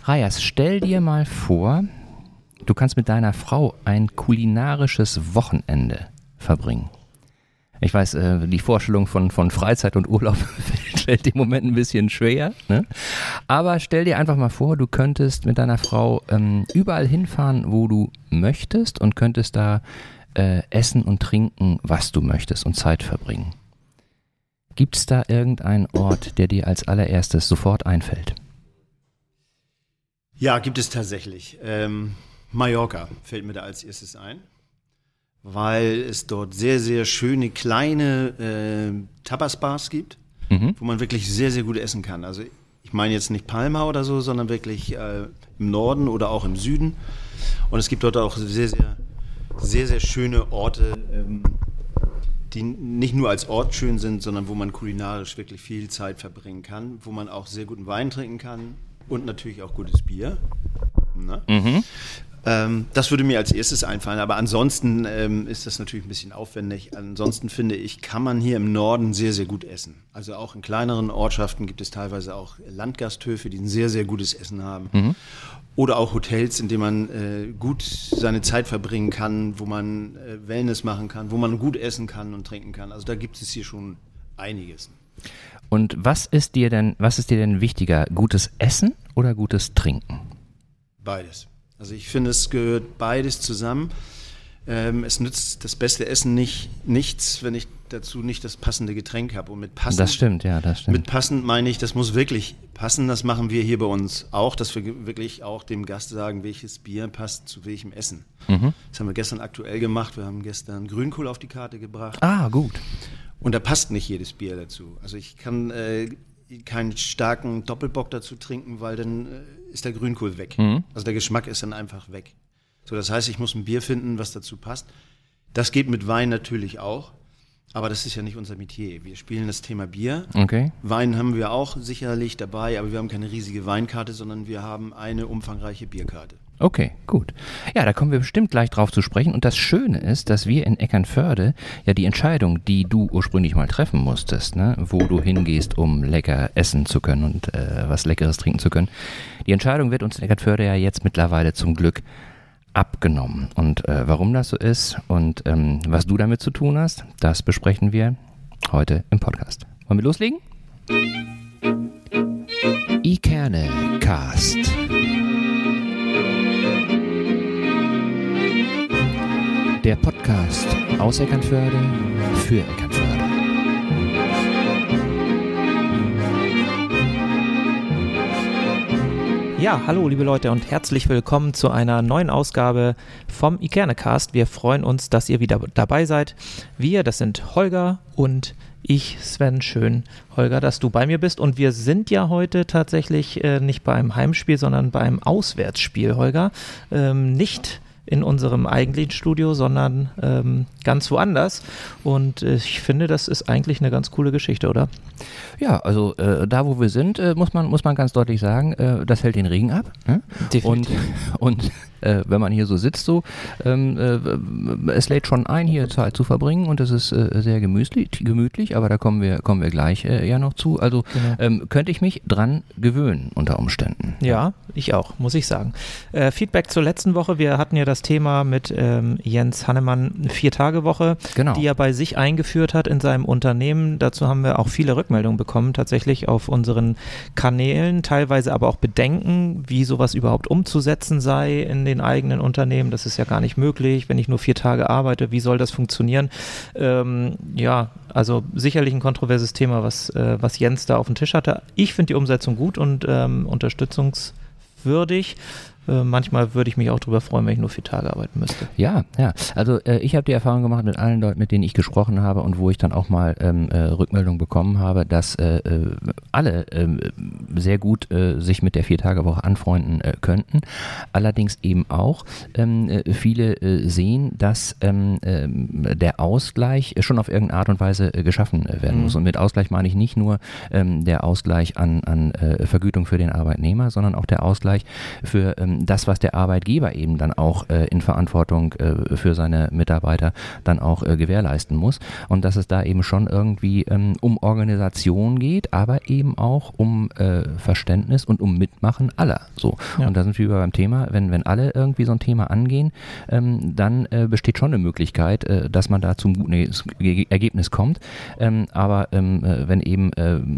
Rajas, stell dir mal vor, du kannst mit deiner Frau ein kulinarisches Wochenende verbringen. Ich weiß, die Vorstellung von Freizeit und Urlaub fällt im Moment ein bisschen schwer, ne? Aber stell dir einfach mal vor, du könntest mit deiner Frau überall hinfahren, wo du möchtest und könntest da essen und trinken, was du möchtest und Zeit verbringen. Gibt es da irgendeinen Ort, der dir als allererstes sofort einfällt? Ja, gibt es tatsächlich. Mallorca fällt mir da als erstes ein, weil es dort sehr, sehr schöne kleine Tapas-Bars gibt, wo man wirklich sehr, sehr gut essen kann. Also ich meine jetzt nicht Palma oder so, sondern wirklich im Norden oder auch im Süden. Und es gibt dort auch sehr, sehr, sehr, sehr schöne Orte, die nicht nur als Ort schön sind, sondern wo man kulinarisch wirklich viel Zeit verbringen kann, wo man auch sehr guten Wein trinken kann und natürlich auch gutes Bier. Ne? Das würde mir als erstes einfallen, aber ansonsten ist das natürlich ein bisschen aufwendig. Ansonsten finde ich, kann man hier im Norden sehr, sehr gut essen. Also auch in kleineren Ortschaften gibt es teilweise auch Landgasthöfe, die ein sehr, sehr gutes Essen haben. Oder auch Hotels, in denen man gut seine Zeit verbringen kann, wo man Wellness machen kann, wo man gut essen kann und trinken kann. Also da gibt es hier schon einiges. Und was ist dir denn wichtiger, gutes Essen oder gutes Trinken? Beides. Also ich finde, es gehört beides zusammen. Es nützt das beste Essen nichts, wenn ich dazu nicht das passende Getränk habe. Und mit passend, das stimmt, ja, das stimmt. Mit passend meine ich, das muss wirklich passen. Das machen wir hier bei uns auch, dass wir wirklich auch dem Gast sagen, welches Bier passt zu welchem Essen. Das haben wir gestern aktuell gemacht. Wir haben gestern Grünkohl auf die Karte gebracht. Ah, gut. Und da passt nicht jedes Bier dazu. Also ich kann keinen starken Doppelbock dazu trinken, weil dann ist der Grünkohl weg. Also der Geschmack ist dann einfach weg. So, das heißt, ich muss ein Bier finden, was dazu passt. Das geht mit Wein natürlich auch, aber das ist ja nicht unser Metier. Wir spielen das Thema Bier. Okay. Wein haben wir auch sicherlich dabei, aber wir haben keine riesige Weinkarte, sondern wir haben eine umfangreiche Bierkarte. Okay, gut. Ja, da kommen wir bestimmt gleich drauf zu sprechen. Und das Schöne ist, dass wir in Eckernförde ja die Entscheidung, die du ursprünglich mal treffen musstest, ne, wo du hingehst, um lecker essen zu können und was Leckeres trinken zu können, die Entscheidung wird uns in Eckernförde ja jetzt mittlerweile zum Glück abgenommen. Und warum das so ist und was du damit zu tun hast, das besprechen wir heute im Podcast. Wollen wir loslegen? Ikerne-Cast. Der Podcast aus Eckernförde für Eckernförde. Ja, hallo liebe Leute und herzlich willkommen zu einer neuen Ausgabe vom Ikerne-Cast. Wir freuen uns, dass ihr wieder dabei seid. Wir, das sind Holger und ich, Sven. Schön, Holger, dass du bei mir bist. Und wir sind ja heute tatsächlich nicht beim Heimspiel, sondern beim Auswärtsspiel, Holger. Nicht in unserem eigentlichen Studio, sondern ganz woanders. Und ich finde, das ist eigentlich eine ganz coole Geschichte, oder? Ja, also da, wo wir sind, muss man ganz deutlich sagen, das hält den Regen ab. Ne? Definitiv. Und wenn man hier so sitzt, es lädt schon ein, hier Zeit zu verbringen und es ist sehr gemütlich, aber da kommen wir gleich ja noch zu. Also genau. Könnte ich mich dran gewöhnen unter Umständen. Ja, ich auch, muss ich sagen. Feedback zur letzten Woche. Wir hatten ja das Thema mit Jens Hannemann 4-Tage-Woche, genau, die er bei sich eingeführt hat in seinem Unternehmen. Dazu haben wir auch viele Rückmeldungen bekommen, tatsächlich auf unseren Kanälen, teilweise aber auch Bedenken, wie sowas überhaupt umzusetzen sei in den eigenen Unternehmen. Das ist ja gar nicht möglich, wenn ich nur 4 Tage arbeite. Wie soll das funktionieren? Ja, also sicherlich ein kontroverses Thema, was Jens da auf dem Tisch hatte. Ich finde die Umsetzung gut und unterstützungswürdig. Manchmal würde ich mich auch darüber freuen, wenn ich nur 4 Tage arbeiten müsste. Ja. Also ich habe die Erfahrung gemacht mit allen Leuten, mit denen ich gesprochen habe und wo ich dann auch mal Rückmeldung bekommen habe, dass alle sehr gut sich mit der 4-Tage-Woche anfreunden könnten. Allerdings eben auch viele sehen, dass der Ausgleich schon auf irgendeine Art und Weise geschaffen werden muss. Und mit Ausgleich meine ich nicht nur der Ausgleich an Vergütung für den Arbeitnehmer, sondern auch der Ausgleich für das, was der Arbeitgeber eben dann auch in Verantwortung für seine Mitarbeiter dann auch gewährleisten muss und dass es da eben schon irgendwie um Organisation geht, aber eben auch um Verständnis und um Mitmachen aller. So. Ja. Und da sind wir beim Thema, wenn alle irgendwie so ein Thema angehen, dann besteht schon eine Möglichkeit, dass man da zum guten Ergebnis kommt. Aber wenn eben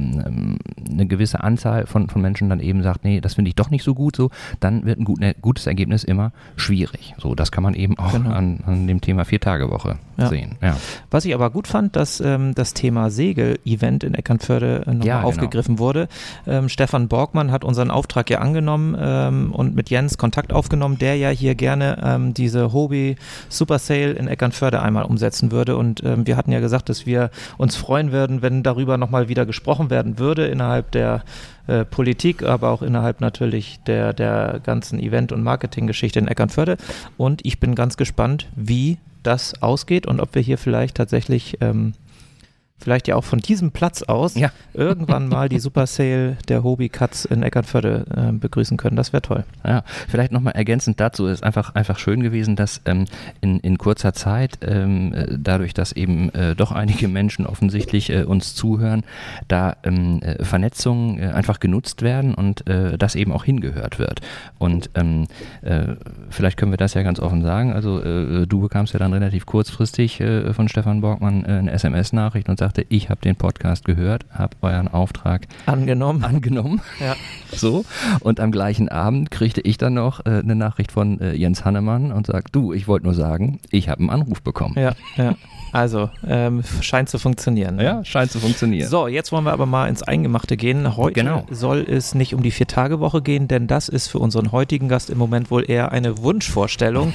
eine gewisse Anzahl von Menschen dann eben sagt, nee, das finde ich doch nicht so gut, so, dann wird ein gutes Ergebnis immer schwierig. So, das kann man eben auch an dem Thema 4-Tage-Woche sehen. Ja. Was ich aber gut fand, dass das Thema Segel-Event in Eckernförde nochmal aufgegriffen wurde. Stefan Borgmann hat unseren Auftrag ja angenommen und mit Jens Kontakt aufgenommen, der ja hier gerne diese Hobby Super Sail in Eckernförde einmal umsetzen würde. Und wir hatten ja gesagt, dass wir uns freuen würden, wenn darüber nochmal wieder gesprochen werden würde innerhalb der Politik, aber auch innerhalb natürlich der ganzen Event- und Marketinggeschichte in Eckernförde. Und ich bin ganz gespannt, wie das ausgeht und ob wir hier vielleicht tatsächlich vielleicht ja auch von diesem Platz aus irgendwann mal die Super Sail der Hobby Cuts in Eckernförde begrüßen können. Das wäre toll. Ja, vielleicht nochmal ergänzend dazu, ist einfach schön gewesen, dass in kurzer Zeit, dadurch, dass eben doch einige Menschen offensichtlich uns zuhören, da Vernetzungen einfach genutzt werden und das eben auch hingehört wird. Und vielleicht können wir das ja ganz offen sagen. Also du bekamst ja dann relativ kurzfristig von Stefan Borgmann eine SMS-Nachricht und sagte, ich habe den Podcast gehört, habe euren Auftrag angenommen. Ja. So. Und am gleichen Abend kriegte ich dann noch eine Nachricht von Jens Hannemann und sagt, du, ich wollte nur sagen, ich habe einen Anruf bekommen. Ja. Also, scheint zu funktionieren. Ne? Ja, scheint zu funktionieren. So, jetzt wollen wir aber mal ins Eingemachte gehen. Heute soll es nicht um die 4-Tage-Woche gehen, denn das ist für unseren heutigen Gast im Moment wohl eher eine Wunschvorstellung.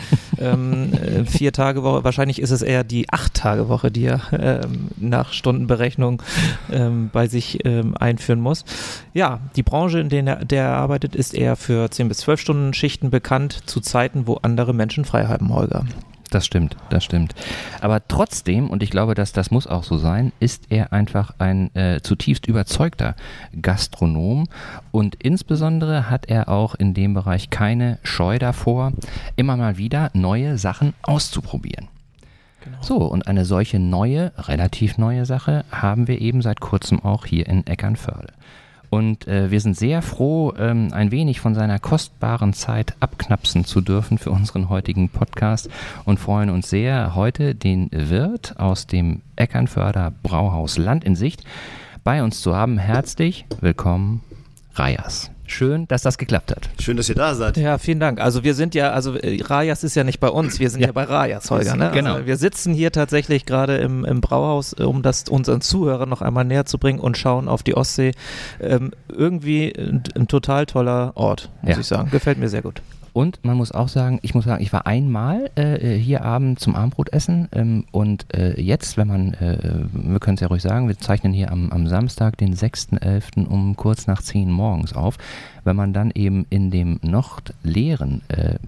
4-Tage-Woche, wahrscheinlich ist es eher die 8-Tage-Woche, die er nach Stundenberechnung bei sich einführen muss. Ja, die Branche, in der er arbeitet, ist eher für 10 bis 12 Stunden Schichten bekannt, zu Zeiten, wo andere Menschen frei haben, Holger. Das stimmt. Aber trotzdem, und ich glaube, dass das muss auch so sein, ist er einfach ein zutiefst überzeugter Gastronom und insbesondere hat er auch in dem Bereich keine Scheu davor, immer mal wieder neue Sachen auszuprobieren. Genau. So, und eine solche relativ neue Sache haben wir eben seit kurzem auch hier in Eckernförde. Und wir sind sehr froh, ein wenig von seiner kostbaren Zeit abknapsen zu dürfen für unseren heutigen Podcast und freuen uns sehr, heute den Wirt aus dem Eckernförder Brauhaus Land in Sicht bei uns zu haben. Herzlich willkommen, Rajas. Schön, dass das geklappt hat. Schön, dass ihr da seid. Ja, vielen Dank. Also wir sind ja, Rajas ist ja nicht bei uns, wir sind ja bei Rajas, Holger. Ne? Genau. Also wir sitzen hier tatsächlich gerade im Brauhaus, um das unseren Zuhörern noch einmal näher zu bringen und schauen auf die Ostsee. Irgendwie ein total toller Ort, muss ich sagen. Gefällt mir sehr gut. Und man muss auch sagen, ich war einmal hier abend zum Abendbrotessen und jetzt, wenn man, wir können es ja ruhig sagen, wir zeichnen hier am Samstag, den 6.11. um kurz nach 10 morgens auf, wenn man dann eben in dem noch leeren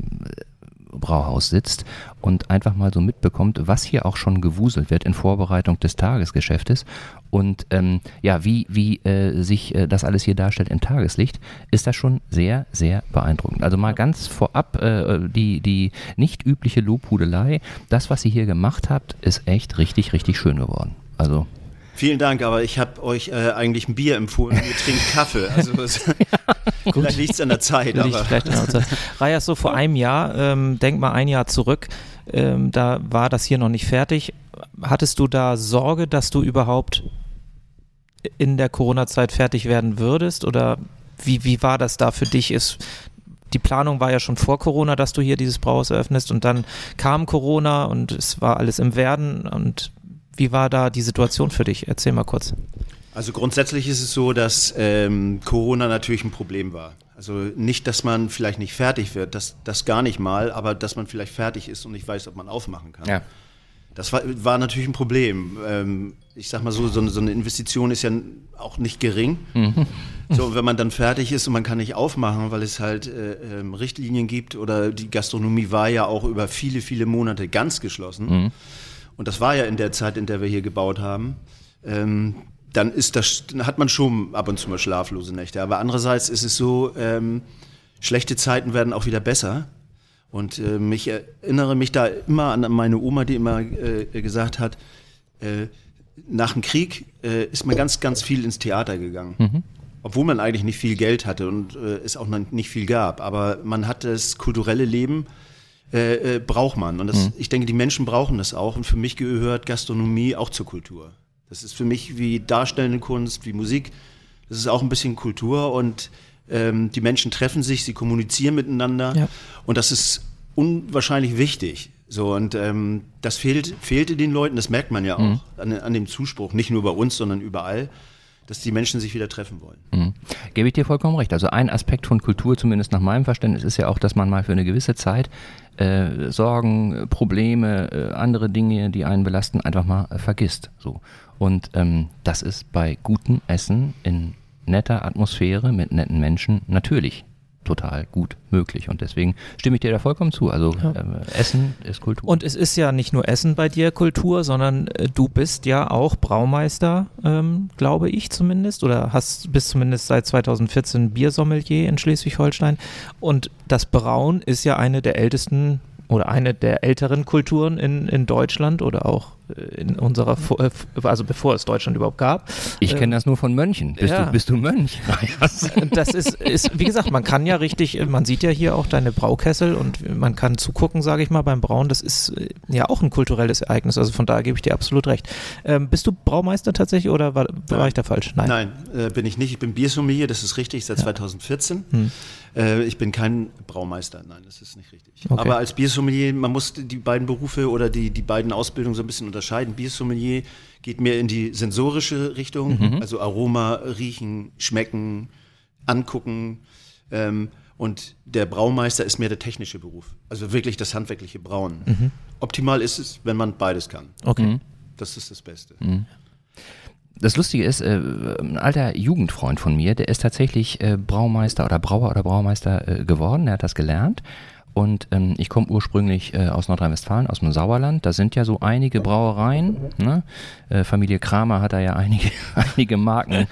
Brauhaus sitzt und einfach mal so mitbekommt, was hier auch schon gewuselt wird in Vorbereitung des Tagesgeschäftes und wie sich das alles hier darstellt im Tageslicht, ist das schon sehr, sehr beeindruckend. Also mal ganz vorab die nicht übliche Lobhudelei, das, was ihr hier gemacht habt, ist echt richtig, richtig schön geworden. Also vielen Dank, aber ich habe euch eigentlich ein Bier empfohlen, ihr trinkt Kaffee. Also vielleicht liegt es an der Zeit. Rajas, so vor einem Jahr, denk mal ein Jahr zurück, da war das hier noch nicht fertig. Hattest du da Sorge, dass du überhaupt in der Corona-Zeit fertig werden würdest? Oder wie war das da für dich? Die Planung war ja schon vor Corona, dass du hier dieses Brauhaus eröffnest und dann kam Corona und es war alles im Werden und wie war da die Situation für dich? Erzähl mal kurz. Also grundsätzlich ist es so, dass Corona natürlich ein Problem war. Also nicht, dass man vielleicht nicht fertig wird, das gar nicht mal, aber dass man vielleicht fertig ist und nicht weiß, ob man aufmachen kann. Ja. Das war natürlich ein Problem. Ich sag mal so eine Investition ist ja auch nicht gering. Mhm. So, wenn man dann fertig ist und man kann nicht aufmachen, weil es halt Richtlinien gibt oder die Gastronomie war ja auch über viele, viele Monate ganz geschlossen. Mhm. Und das war ja in der Zeit, in der wir hier gebaut haben. Dann hat man schon ab und zu mal schlaflose Nächte. Aber andererseits ist es so, schlechte Zeiten werden auch wieder besser. Und ich erinnere mich da immer an meine Oma, die immer gesagt hat, nach dem Krieg ist man ganz, ganz viel ins Theater gegangen. Obwohl man eigentlich nicht viel Geld hatte und es auch noch nicht viel gab. Aber man hat das kulturelle Leben, braucht man. Und ich denke, die Menschen brauchen das auch. Und für mich gehört Gastronomie auch zur Kultur. Das ist für mich wie darstellende Kunst, wie Musik. Das ist auch ein bisschen Kultur. Und die Menschen treffen sich, sie kommunizieren miteinander. Ja. Und das ist unwahrscheinlich wichtig. So, und das fehlte den Leuten, das merkt man ja auch an dem Zuspruch. Nicht nur bei uns, sondern überall. Dass die Menschen sich wieder treffen wollen. Gebe ich dir vollkommen recht. Also ein Aspekt von Kultur, zumindest nach meinem Verständnis, ist ja auch, dass man mal für eine gewisse Zeit Sorgen, Probleme, andere Dinge, die einen belasten, einfach mal vergisst. So. Und das ist bei gutem Essen in netter Atmosphäre mit netten Menschen natürlich total gut möglich. Und deswegen stimme ich dir da vollkommen zu. Also Essen ist Kultur. Und es ist ja nicht nur Essen bei dir Kultur, sondern du bist ja auch Braumeister, glaube ich zumindest, oder bist zumindest seit 2014 Biersommelier in Schleswig-Holstein. Und das Brauen ist ja eine der ältesten oder eine der älteren Kulturen in Deutschland oder auch in unserer, also bevor es Deutschland überhaupt gab. Ich kenne das nur von Mönchen. Bist du Mönch? Das ist, wie gesagt, man kann ja richtig, man sieht ja hier auch deine Braukessel und man kann zugucken, sage ich mal, beim Brauen. Das ist ja auch ein kulturelles Ereignis, also von daher gebe ich dir absolut recht. Bist du Braumeister tatsächlich oder war ich da falsch? Nein, bin ich nicht. Ich bin Biersommelier, das ist richtig, seit 2014. Ich bin kein Braumeister, nein, das ist nicht richtig. Okay. Aber als Biersommelier, man muss die beiden Berufe oder die beiden Ausbildungen so ein bisschen unterscheiden. Biersommelier geht mehr in die sensorische Richtung, also Aroma, riechen, schmecken, angucken. Und der Braumeister ist mehr der technische Beruf, also wirklich das handwerkliche Brauen. Optimal ist es, wenn man beides kann. Okay. Das ist das Beste. Das Lustige ist, ein alter Jugendfreund von mir, der ist tatsächlich Braumeister oder Brauer oder Braumeister geworden, der hat das gelernt. Und ich komme ursprünglich aus Nordrhein-Westfalen, aus dem Sauerland. Da sind ja so einige Brauereien. Ne? Familie Kramer hat da ja einige Marken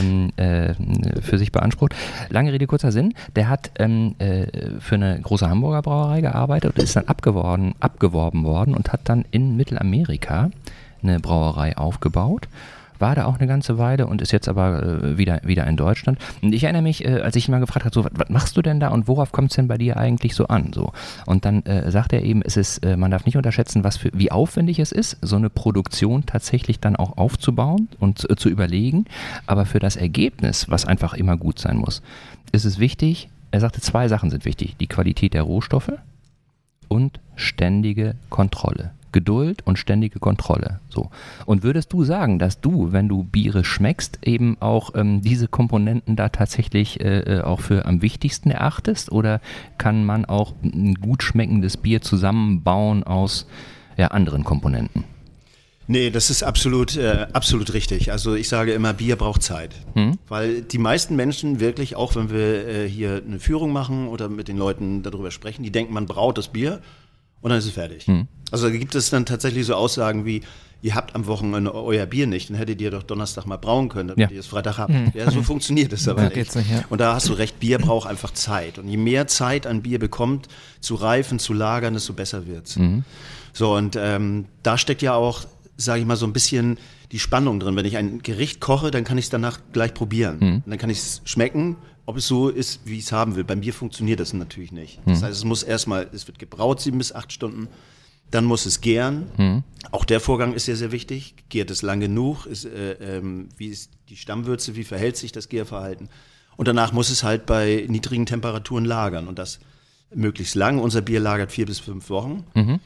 für sich beansprucht. Lange Rede, kurzer Sinn. Der hat für eine große Hamburger Brauerei gearbeitet und ist dann abgeworben worden und hat dann in Mittelamerika eine Brauerei aufgebaut. War da auch eine ganze Weile und ist jetzt aber wieder in Deutschland. Und ich erinnere mich, als ich ihn mal gefragt habe, so, was machst du denn da und worauf kommt es denn bei dir eigentlich so an? So. Und dann sagt er eben, man darf nicht unterschätzen, wie aufwendig es ist, so eine Produktion tatsächlich dann auch aufzubauen und zu überlegen. Aber für das Ergebnis, was einfach immer gut sein muss, ist es wichtig, er sagte, 2 Sachen sind wichtig. Die Qualität der Rohstoffe und ständige Kontrolle. Geduld und ständige Kontrolle. So. Und würdest du sagen, dass du, wenn du Biere schmeckst, eben auch diese Komponenten da tatsächlich auch für am wichtigsten erachtest? Oder kann man auch ein gut schmeckendes Bier zusammenbauen aus anderen Komponenten? Nee, das ist absolut richtig. Also ich sage immer, Bier braucht Zeit. Weil die meisten Menschen wirklich, auch wenn wir hier eine Führung machen oder mit den Leuten darüber sprechen, die denken, man braut das Bier und dann ist es fertig. Also da gibt es dann tatsächlich so Aussagen wie, ihr habt am Wochenende euer Bier nicht, dann hättet ihr doch Donnerstag mal brauen können, damit ihr es Freitag habt. Ja, so funktioniert es aber nicht. Und da hast du recht, Bier braucht einfach Zeit. Und je mehr Zeit ein Bier bekommt, zu reifen, zu lagern, desto besser wird's. So, und da steckt ja auch, sage ich mal, so ein bisschen die Spannung drin. Wenn ich ein Gericht koche, dann kann ich es danach gleich probieren. Und dann kann ich es schmecken, ob es so ist, wie ich es haben will. Beim Bier funktioniert das natürlich nicht. Das heißt, es wird gebraut 7 bis 8 Stunden, dann muss es gären. Auch der Vorgang ist sehr, sehr wichtig. Gärt es lang genug? Wie ist die Stammwürze? Wie verhält sich das Gärverhalten? Und danach muss es halt bei niedrigen Temperaturen lagern. Und das möglichst lang. Unser Bier lagert 4 bis 5 Wochen.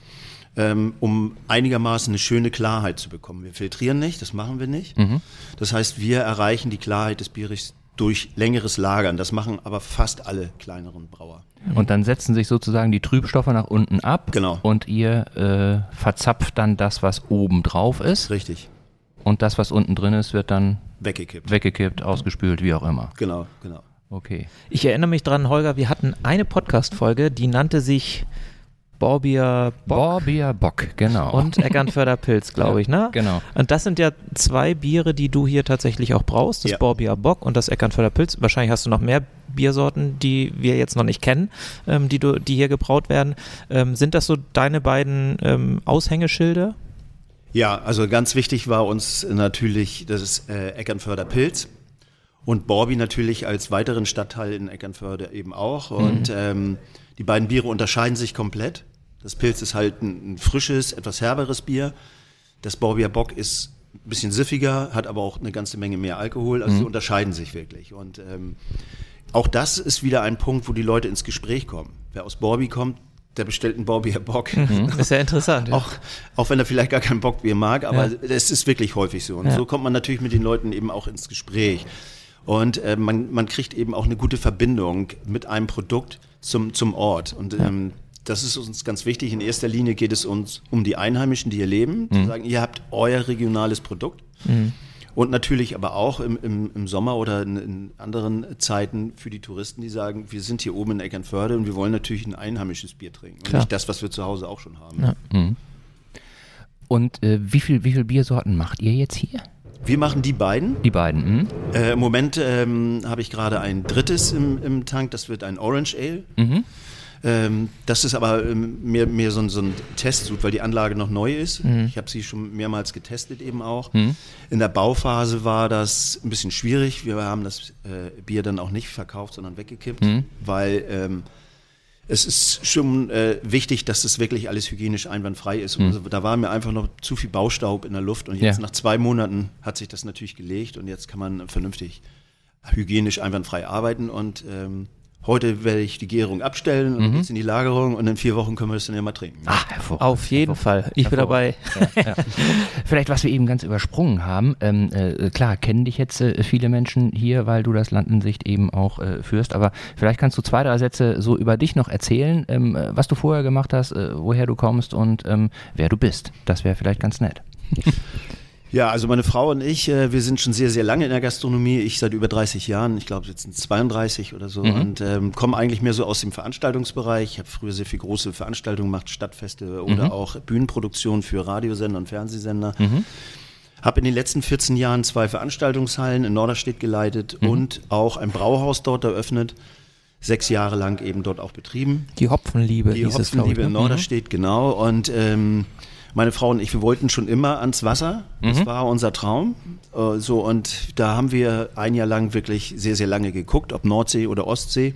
Um einigermaßen eine schöne Klarheit zu bekommen. Wir filtrieren nicht, das machen wir nicht. Das heißt, wir erreichen die Klarheit des Bieres durch längeres Lagern. Das machen aber fast alle kleineren Brauer. Und dann setzen sich sozusagen die Trübstoffe nach unten ab. Genau. Und ihr verzapft dann das, was oben drauf ist. Richtig. Und das, was unten drin ist, wird dann weggekippt, ausgespült, wie auch immer. Genau. Okay. Ich erinnere mich dran, Holger, wir hatten eine Podcast-Folge, die nannte sich Borbier Bock. Borbier Bock, genau. Und Eckernförder Pilz, glaube ich, ne? Genau. Und das sind ja 2 Biere, die du hier tatsächlich auch brauchst, das Borbier Bock und das Eckernförder Pilz. Wahrscheinlich hast du noch mehr Biersorten, die wir jetzt noch nicht kennen, die hier gebraut werden. Sind das so deine beiden Aushängeschilder? Ja, also ganz wichtig war uns natürlich das Eckernförder Pilz und Borbi natürlich als weiteren Stadtteil in Eckernförde eben auch. Und die beiden Biere unterscheiden sich komplett. Das Pilz ist halt ein frisches, etwas herberes Bier. Das Borbier Bock ist ein bisschen süffiger, hat aber auch eine ganze Menge mehr Alkohol. Also sie unterscheiden sich wirklich. Und auch das ist wieder ein Punkt, wo die Leute ins Gespräch kommen. Wer aus Borbi kommt, der bestellt einen Borbier Bock. Ist ja interessant. Ja. Auch wenn er vielleicht gar keinen Bockbier mag, aber es ist wirklich häufig so. Und so kommt man natürlich mit den Leuten eben auch ins Gespräch. Und man kriegt eben auch eine gute Verbindung mit einem Produkt zum Ort. Und das ist uns ganz wichtig. In erster Linie geht es uns um die Einheimischen, die hier leben. Die sagen, ihr habt euer regionales Produkt. Und natürlich aber auch im Sommer oder in anderen Zeiten für die Touristen, die sagen, wir sind hier oben in Eckernförde und wir wollen natürlich ein einheimisches Bier trinken. Und nicht das, was wir zu Hause auch schon haben. Ja. Und wie viel Biersorten macht ihr jetzt hier? Wir machen die beiden. Die beiden, Im Moment habe ich gerade ein drittes im Tank, das wird ein Orange Ale. Das ist aber mehr so ein Testsud, weil die Anlage noch neu ist. Ich habe sie schon mehrmals getestet eben auch. In der Bauphase war das ein bisschen schwierig. Wir haben das Bier dann auch nicht verkauft, sondern weggekippt, weil es ist schon wichtig, dass das wirklich alles hygienisch einwandfrei ist. Und also, da war mir einfach noch zu viel Baustaub in der Luft. Und jetzt nach 2 Monaten hat sich das natürlich gelegt und jetzt kann man vernünftig hygienisch einwandfrei arbeiten. Und heute werde ich die Gärung abstellen und dann geht's in die Lagerung und in 4 Wochen können wir das dann ja mal trinken. Ach, hervorragend. Auf jeden Fall. Ich bin dabei. Ja. Vielleicht, was wir eben ganz übersprungen haben, klar, kennen dich jetzt viele Menschen hier, weil du das Land in Sicht eben auch führst, aber vielleicht kannst du 2, 3 Sätze so über dich noch erzählen, was du vorher gemacht hast, woher du kommst und wer du bist. Das wäre vielleicht ganz nett. Ja, also meine Frau und ich, wir sind schon sehr, sehr lange in der Gastronomie. Ich seit über 30 Jahren, ich glaube jetzt sind 32 oder so und komme eigentlich mehr so aus dem Veranstaltungsbereich. Ich habe früher sehr viel große Veranstaltungen gemacht, Stadtfeste oder auch Bühnenproduktionen für Radiosender und Fernsehsender. Habe in den letzten 14 Jahren 2 Veranstaltungshallen in Norderstedt geleitet und auch ein Brauhaus dort eröffnet. 6 Jahre lang eben dort auch betrieben. Die Hopfenliebe. Die Hopfenliebe in Norderstedt, genau. Und meine Frau und ich, wir wollten schon immer ans Wasser. Das war unser Traum. Und da haben wir ein Jahr lang wirklich sehr, sehr lange geguckt, ob Nordsee oder Ostsee.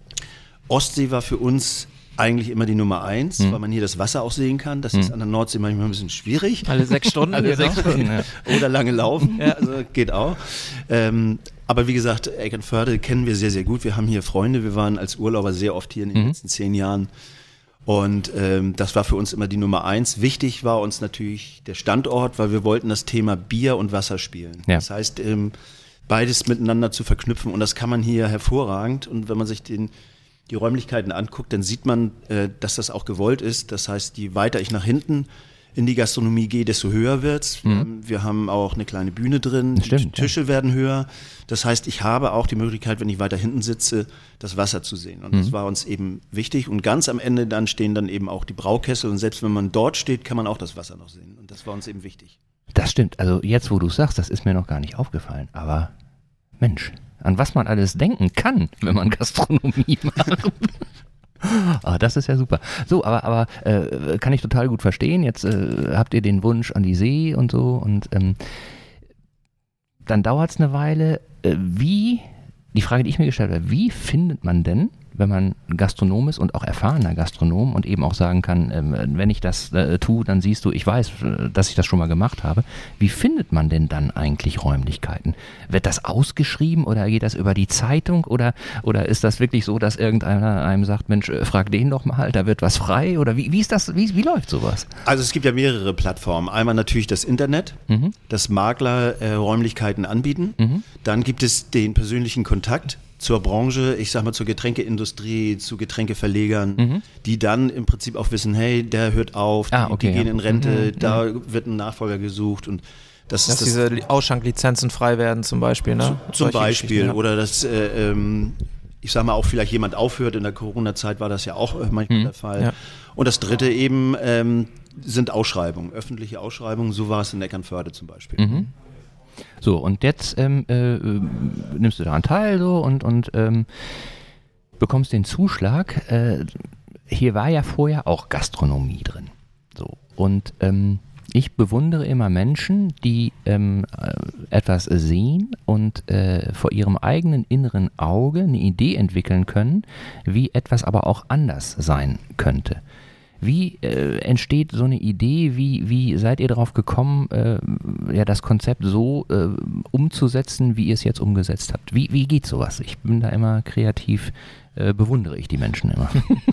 Ostsee war für uns eigentlich immer die Nummer 1, weil man hier das Wasser auch sehen kann. Das ist an der Nordsee manchmal ein bisschen schwierig. Alle 6 Stunden. Alle 6 Stunden. Oder lange laufen. Also geht auch. Aber wie gesagt, Eckernförde kennen wir sehr, sehr gut. Wir haben hier Freunde. Wir waren als Urlauber sehr oft hier in den letzten 10 Jahren. Und das war für uns immer die Nummer 1. Wichtig war uns natürlich der Standort, weil wir wollten das Thema Bier und Wasser spielen. Ja. Das heißt, beides miteinander zu verknüpfen und das kann man hier hervorragend. Und wenn man sich die Räumlichkeiten anguckt, dann sieht man, dass das auch gewollt ist. Das heißt, je weiter ich nach hinten in die Gastronomie gehe, desto höher wird's. Wir haben auch eine kleine Bühne drin, die Tische werden höher. Das heißt, ich habe auch die Möglichkeit, wenn ich weiter hinten sitze, das Wasser zu sehen. Und das war uns eben wichtig. Und ganz am Ende dann stehen dann eben auch die Braukessel. Und selbst wenn man dort steht, kann man auch das Wasser noch sehen. Und das war uns eben wichtig. Das stimmt. Also jetzt, wo du sagst, das ist mir noch gar nicht aufgefallen. Aber Mensch, an was man alles denken kann, wenn man Gastronomie macht. Das ist ja super. So, aber kann ich total gut verstehen. Jetzt habt ihr den Wunsch an die See und so und dann dauert es eine Weile. Die Frage, die ich mir gestellt habe, wie findet man denn, wenn man Gastronom ist und auch erfahrener Gastronom und eben auch sagen kann, wenn ich das tue, dann siehst du, ich weiß, dass ich das schon mal gemacht habe. Wie findet man denn dann eigentlich Räumlichkeiten? Wird das ausgeschrieben oder geht das über die Zeitung oder ist das wirklich so, dass irgendeiner einem sagt, Mensch, frag den doch mal, da wird was frei oder wie ist das, wie läuft sowas? Also es gibt ja mehrere Plattformen. Einmal natürlich das Internet, das Makler Räumlichkeiten anbieten. Dann gibt es den persönlichen Kontakt zur Branche, ich sag mal zur Getränkeindustrie, zu Getränkeverlegern, die dann im Prinzip auch wissen, hey, der hört auf, die gehen in Rente, da wird ein Nachfolger gesucht und das ist diese Ausschanklizenzen frei werden zum Beispiel, ne? Zum Beispiel, oder dass ich sage mal, auch vielleicht jemand aufhört. In der Corona-Zeit war das ja auch manchmal der Fall. Ja. Und das dritte eben sind Ausschreibungen, öffentliche Ausschreibungen. So war es in Eckernförde zum Beispiel. Mhm. So, und jetzt nimmst du daran teil so und bekommst den Zuschlag. Hier war ja vorher auch Gastronomie drin. So, und ich bewundere immer Menschen, die etwas sehen und vor ihrem eigenen inneren Auge eine Idee entwickeln können, wie etwas aber auch anders sein könnte. Wie entsteht so eine Idee? Wie seid ihr darauf gekommen, das Konzept so umzusetzen, wie ihr es jetzt umgesetzt habt? Wie geht sowas? Ich bin da immer kreativ, bewundere ich die Menschen immer.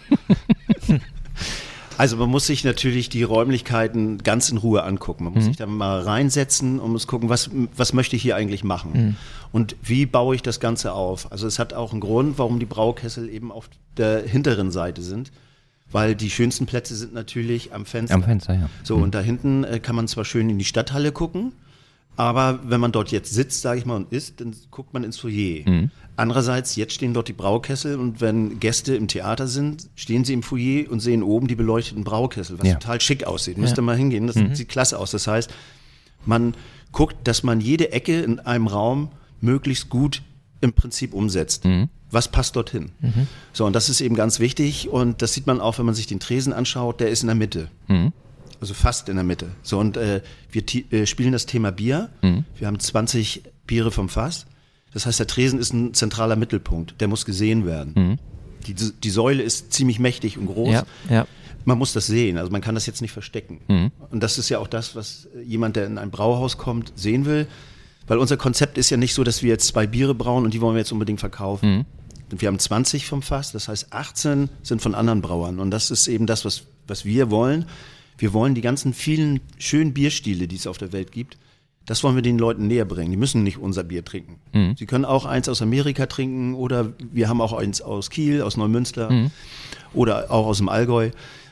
Also man muss sich natürlich die Räumlichkeiten ganz in Ruhe angucken. Man muss sich da mal reinsetzen und muss gucken, was möchte ich hier eigentlich machen? Und wie baue ich das Ganze auf? Also es hat auch einen Grund, warum die Braukessel eben auf der hinteren Seite sind. Weil die schönsten Plätze sind natürlich am Fenster. Am Fenster, ja. So, und da hinten kann man zwar schön in die Stadthalle gucken, aber wenn man dort jetzt sitzt, sage ich mal, und isst, dann guckt man ins Foyer. Andererseits, jetzt stehen dort die Braukessel und wenn Gäste im Theater sind, stehen sie im Foyer und sehen oben die beleuchteten Braukessel, was total schick aussieht. Müsst ihr mal hingehen, das sieht klasse aus. Das heißt, man guckt, dass man jede Ecke in einem Raum möglichst gut im Prinzip umsetzt. Was passt dorthin? So, und das ist eben ganz wichtig und das sieht man auch, wenn man sich den Tresen anschaut, der ist in der Mitte. Also fast in der Mitte. So, und wir spielen das Thema Bier. Wir haben 20 Biere vom Fass. Das heißt, der Tresen ist ein zentraler Mittelpunkt. Der muss gesehen werden. Die Säule ist ziemlich mächtig und groß. Ja. Man muss das sehen. Also man kann das jetzt nicht verstecken. Und das ist ja auch das, was jemand, der in ein Brauhaus kommt, sehen will. Weil unser Konzept ist ja nicht so, dass wir jetzt 2 Biere brauen und die wollen wir jetzt unbedingt verkaufen. Wir haben 20 vom Fass, das heißt 18 sind von anderen Brauern. Und das ist eben das, was wir wollen. Wir wollen die ganzen vielen schönen Bierstile, die es auf der Welt gibt, das wollen wir den Leuten näher bringen. Die müssen nicht unser Bier trinken. Sie können auch eins aus Amerika trinken oder wir haben auch eins aus Kiel, aus Neumünster oder auch aus dem Allgäu.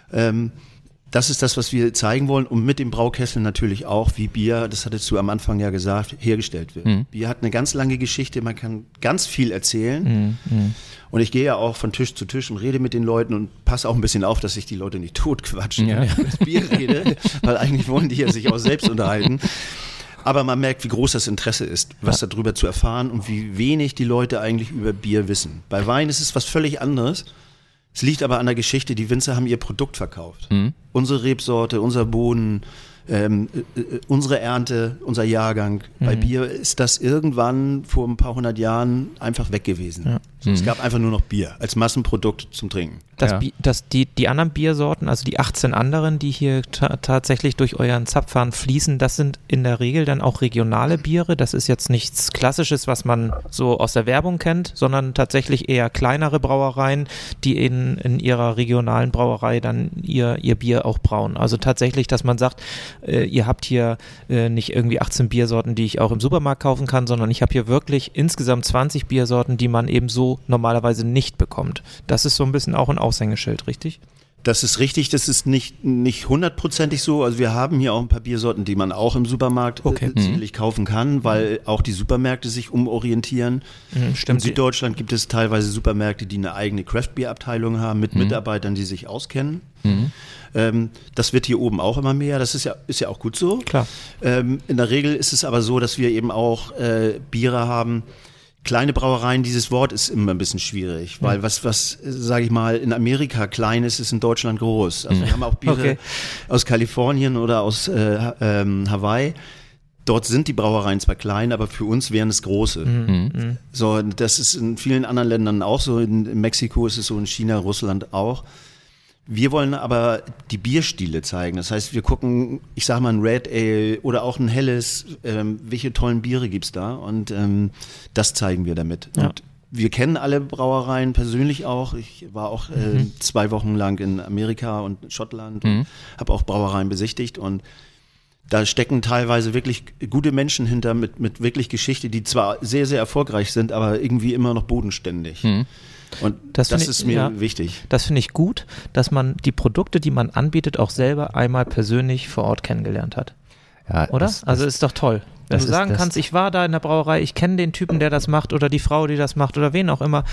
Das ist das, was wir zeigen wollen und mit dem Braukessel natürlich auch, wie Bier, das hattest du am Anfang ja gesagt, hergestellt wird. Bier hat eine ganz lange Geschichte, man kann ganz viel erzählen und ich gehe ja auch von Tisch zu Tisch und rede mit den Leuten und passe auch ein bisschen auf, dass ich die Leute nicht totquatsche, wenn ich über das Bier rede, weil eigentlich wollen die ja sich auch selbst unterhalten. Aber man merkt, wie groß das Interesse ist, was darüber zu erfahren und wie wenig die Leute eigentlich über Bier wissen. Bei Wein ist es was völlig anderes. Es liegt aber an der Geschichte, die Winzer haben ihr Produkt verkauft. Unsere Rebsorte, unser Boden, unsere Ernte, unser Jahrgang. Bei Bier ist das irgendwann vor ein paar 100 Jahren einfach weg gewesen. Ja. So, es gab einfach nur noch Bier als Massenprodukt zum Trinken. Die anderen Biersorten, also die 18 anderen, die hier tatsächlich durch euren Zapfhahn fließen, das sind in der Regel dann auch regionale Biere. Das ist jetzt nichts Klassisches, was man so aus der Werbung kennt, sondern tatsächlich eher kleinere Brauereien, die in ihrer regionalen Brauerei dann ihr Bier auch brauen. Also tatsächlich, dass man sagt, ihr habt hier nicht irgendwie 18 Biersorten, die ich auch im Supermarkt kaufen kann, sondern ich habe hier wirklich insgesamt 20 Biersorten, die man eben so normalerweise nicht bekommt. Das ist so ein bisschen auch ein Aushängeschild, richtig? Das ist richtig, das ist nicht 100%ig so. Also wir haben hier auch ein paar Biersorten, die man auch im Supermarkt sicherlich kaufen kann, weil auch die Supermärkte sich umorientieren. Stimmt. In Süddeutschland gibt es teilweise Supermärkte, die eine eigene Craft-Bier-Abteilung haben mit Mitarbeitern, die sich auskennen. Das wird hier oben auch immer mehr, das ist ja auch gut so. Klar. In der Regel ist es aber so, dass wir eben auch Biere haben. Kleine Brauereien, dieses Wort ist immer ein bisschen schwierig, weil was sage ich mal, in Amerika klein ist, ist in Deutschland groß. Also wir haben auch Biere aus Kalifornien oder aus Hawaii. Dort sind die Brauereien zwar klein, aber für uns wären es große. So, das ist in vielen anderen Ländern auch so. In Mexiko ist es so, in China, Russland auch. Wir wollen aber die Bierstile zeigen. Das heißt, wir gucken, ich sage mal ein Red Ale oder auch ein helles, welche tollen Biere gibt's da? Und das zeigen wir damit. Ja. Und wir kennen alle Brauereien persönlich auch. Ich war auch 2 Wochen lang in Amerika und Schottland und habe auch Brauereien besichtigt. Und da stecken teilweise wirklich gute Menschen hinter mit wirklich Geschichte, die zwar sehr, sehr erfolgreich sind, aber irgendwie immer noch bodenständig. Und das ist mir wichtig. Das finde ich gut, dass man die Produkte, die man anbietet, auch selber einmal persönlich vor Ort kennengelernt hat. Ja, oder? Also ist doch toll. Wenn du sagen kannst, ich war da in der Brauerei, ich kenne den Typen, der das macht oder die Frau, die das macht oder wen auch immer.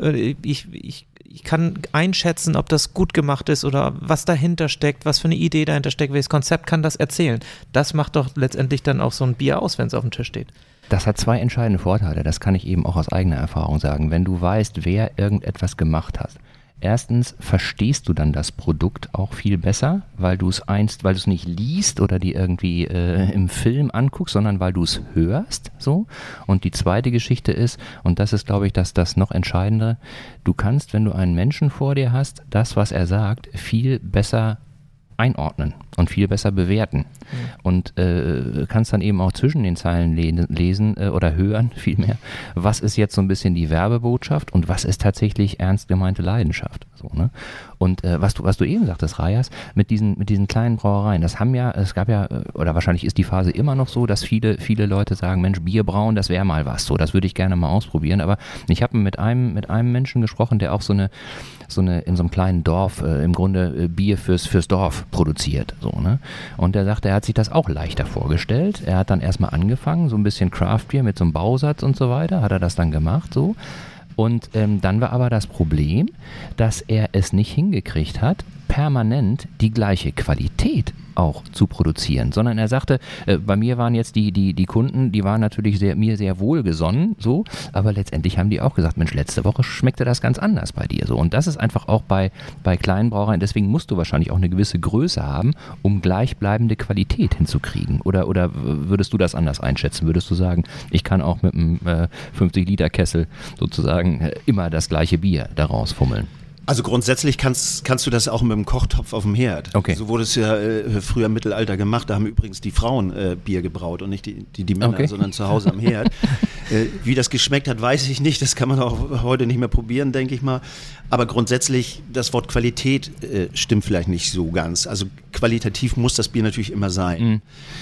Ich kann einschätzen, ob das gut gemacht ist oder was dahinter steckt, was für eine Idee dahinter steckt, welches Konzept kann das erzählen. Das macht doch letztendlich dann auch so ein Bier aus, wenn es auf dem Tisch steht. Das hat 2 entscheidende Vorteile, das kann ich eben auch aus eigener Erfahrung sagen. Wenn du weißt, wer irgendetwas gemacht hat. Erstens verstehst du dann das Produkt auch viel besser, weil du es nicht liest oder dir irgendwie im Film anguckst, sondern weil du es hörst, so. Und die zweite Geschichte ist, und das ist, glaube ich, das noch Entscheidende, du kannst, wenn du einen Menschen vor dir hast, das, was er sagt, viel besser einordnen und viel besser bewerten und kannst dann eben auch zwischen den Zeilen lesen oder hören vielmehr, was ist jetzt so ein bisschen die Werbebotschaft und was ist tatsächlich ernst gemeinte Leidenschaft. So, ne? Und was du eben sagtest, Rajas, mit diesen kleinen Brauereien, es gab ja, oder wahrscheinlich ist die Phase immer noch so, dass viele Leute sagen, Mensch, Bier brauen, das wäre mal was, so, das würde ich gerne mal ausprobieren, aber ich habe mit einem Menschen gesprochen, der auch in so einem kleinen Dorf im Grunde Bier fürs Dorf produziert, so, ne? Und der sagte, er hat sich das auch leichter vorgestellt. Er hat dann erstmal angefangen, so ein bisschen Craft-Bier mit so einem Bausatz und so weiter, hat er das dann gemacht, so. Und dann war aber das Problem, dass er es nicht hingekriegt hat, permanent die gleiche Qualität auch zu produzieren, sondern er sagte, bei mir waren jetzt die Kunden, die waren natürlich mir sehr wohlgesonnen, so, aber letztendlich haben die auch gesagt, Mensch, letzte Woche schmeckte das ganz anders bei dir, so. Und das ist einfach auch bei kleinen Brauereien, deswegen musst du wahrscheinlich auch eine gewisse Größe haben, um gleichbleibende Qualität hinzukriegen. Oder würdest du das anders einschätzen? Würdest du sagen, ich kann auch mit einem 50-Liter-Kessel sozusagen immer das gleiche Bier daraus fummeln? Also grundsätzlich kannst du das auch mit dem Kochtopf auf dem Herd. Okay. So wurde es ja früher im Mittelalter gemacht. Da haben übrigens die Frauen Bier gebraut und nicht die Männer, okay, sondern zu Hause am Herd. Wie das geschmeckt hat, weiß ich nicht. Das kann man auch heute nicht mehr probieren, denke ich mal. Aber grundsätzlich, das Wort Qualität stimmt vielleicht nicht so ganz. Also qualitativ muss das Bier natürlich immer sein.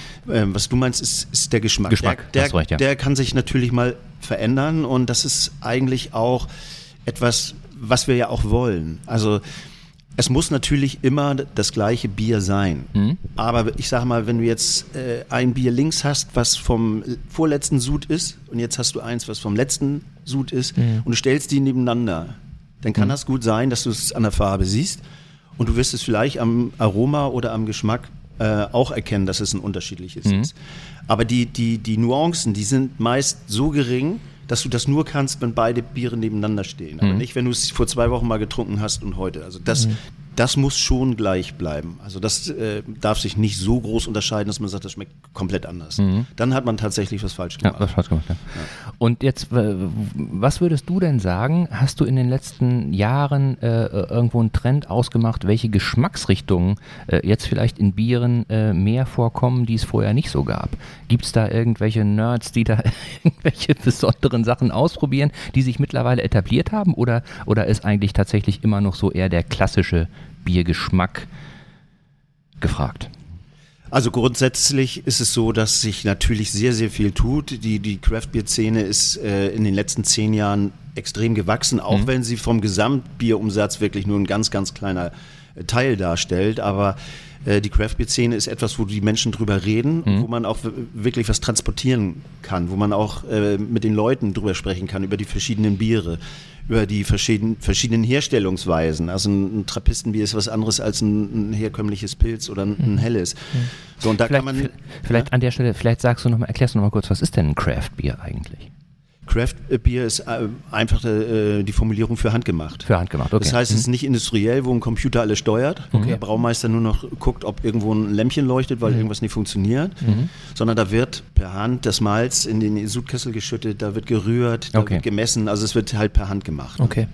Was du meinst, ist der Geschmack. Hast recht, ja. Der kann sich natürlich mal verändern und das ist eigentlich auch etwas, was wir ja auch wollen. Also es muss natürlich immer das gleiche Bier sein. Aber ich sage mal, wenn du jetzt ein Bier links hast, was vom vorletzten Sud ist und jetzt hast du eins, was vom letzten Sud ist und du stellst die nebeneinander, dann kann das gut sein, dass du es an der Farbe siehst und du wirst es vielleicht am Aroma oder am Geschmack auch erkennen, dass es ein unterschiedliches ist. Aber die Nuancen, die sind meist so gering, dass du das nur kannst, wenn beide Biere nebeneinander stehen. Aber nicht, wenn du es vor 2 Wochen mal getrunken hast und heute. Also das muss schon gleich bleiben. Also das darf sich nicht so groß unterscheiden, dass man sagt, das schmeckt komplett anders. Dann hat man tatsächlich was falsch gemacht. Ja, was falsch gemacht, ja. Ja. Und jetzt, was würdest du denn sagen, hast du in den letzten Jahren irgendwo einen Trend ausgemacht, welche Geschmacksrichtungen jetzt vielleicht in Bieren mehr vorkommen, die es vorher nicht so gab? Gibt es da irgendwelche Nerds, die da irgendwelche besonderen Sachen ausprobieren, die sich mittlerweile etabliert haben? Oder ist eigentlich tatsächlich immer noch so eher der klassische Biergeschmack gefragt? Also grundsätzlich ist es so, dass sich natürlich sehr, sehr viel tut. Die Craft-Bier-Szene ist in den letzten 10 Jahren extrem gewachsen, auch wenn sie vom Gesamtbierumsatz wirklich nur ein ganz, ganz kleiner Teil darstellt. Aber die Craft-Bier-Szene ist etwas, wo die Menschen drüber reden, wo man auch wirklich was transportieren kann, wo man auch mit den Leuten drüber sprechen kann, über die verschiedenen Biere, über die verschiedenen Herstellungsweisen. Also ein Trappistenbier ist was anderes als ein herkömmliches Pilz oder ein helles. So, und da vielleicht, kann man vielleicht an der Stelle, erklärst du noch mal kurz, was ist denn ein Craft-Bier eigentlich? Craft-Bier ist einfach die Formulierung für handgemacht. Für handgemacht, okay. Das heißt, es ist nicht industriell, wo ein Computer alles steuert, wo der Braumeister nur noch guckt, ob irgendwo ein Lämpchen leuchtet, weil irgendwas nicht funktioniert, sondern da wird per Hand das Malz in den Sudkessel geschüttet, da wird gerührt, da wird gemessen, also es wird halt per Hand gemacht. Okay.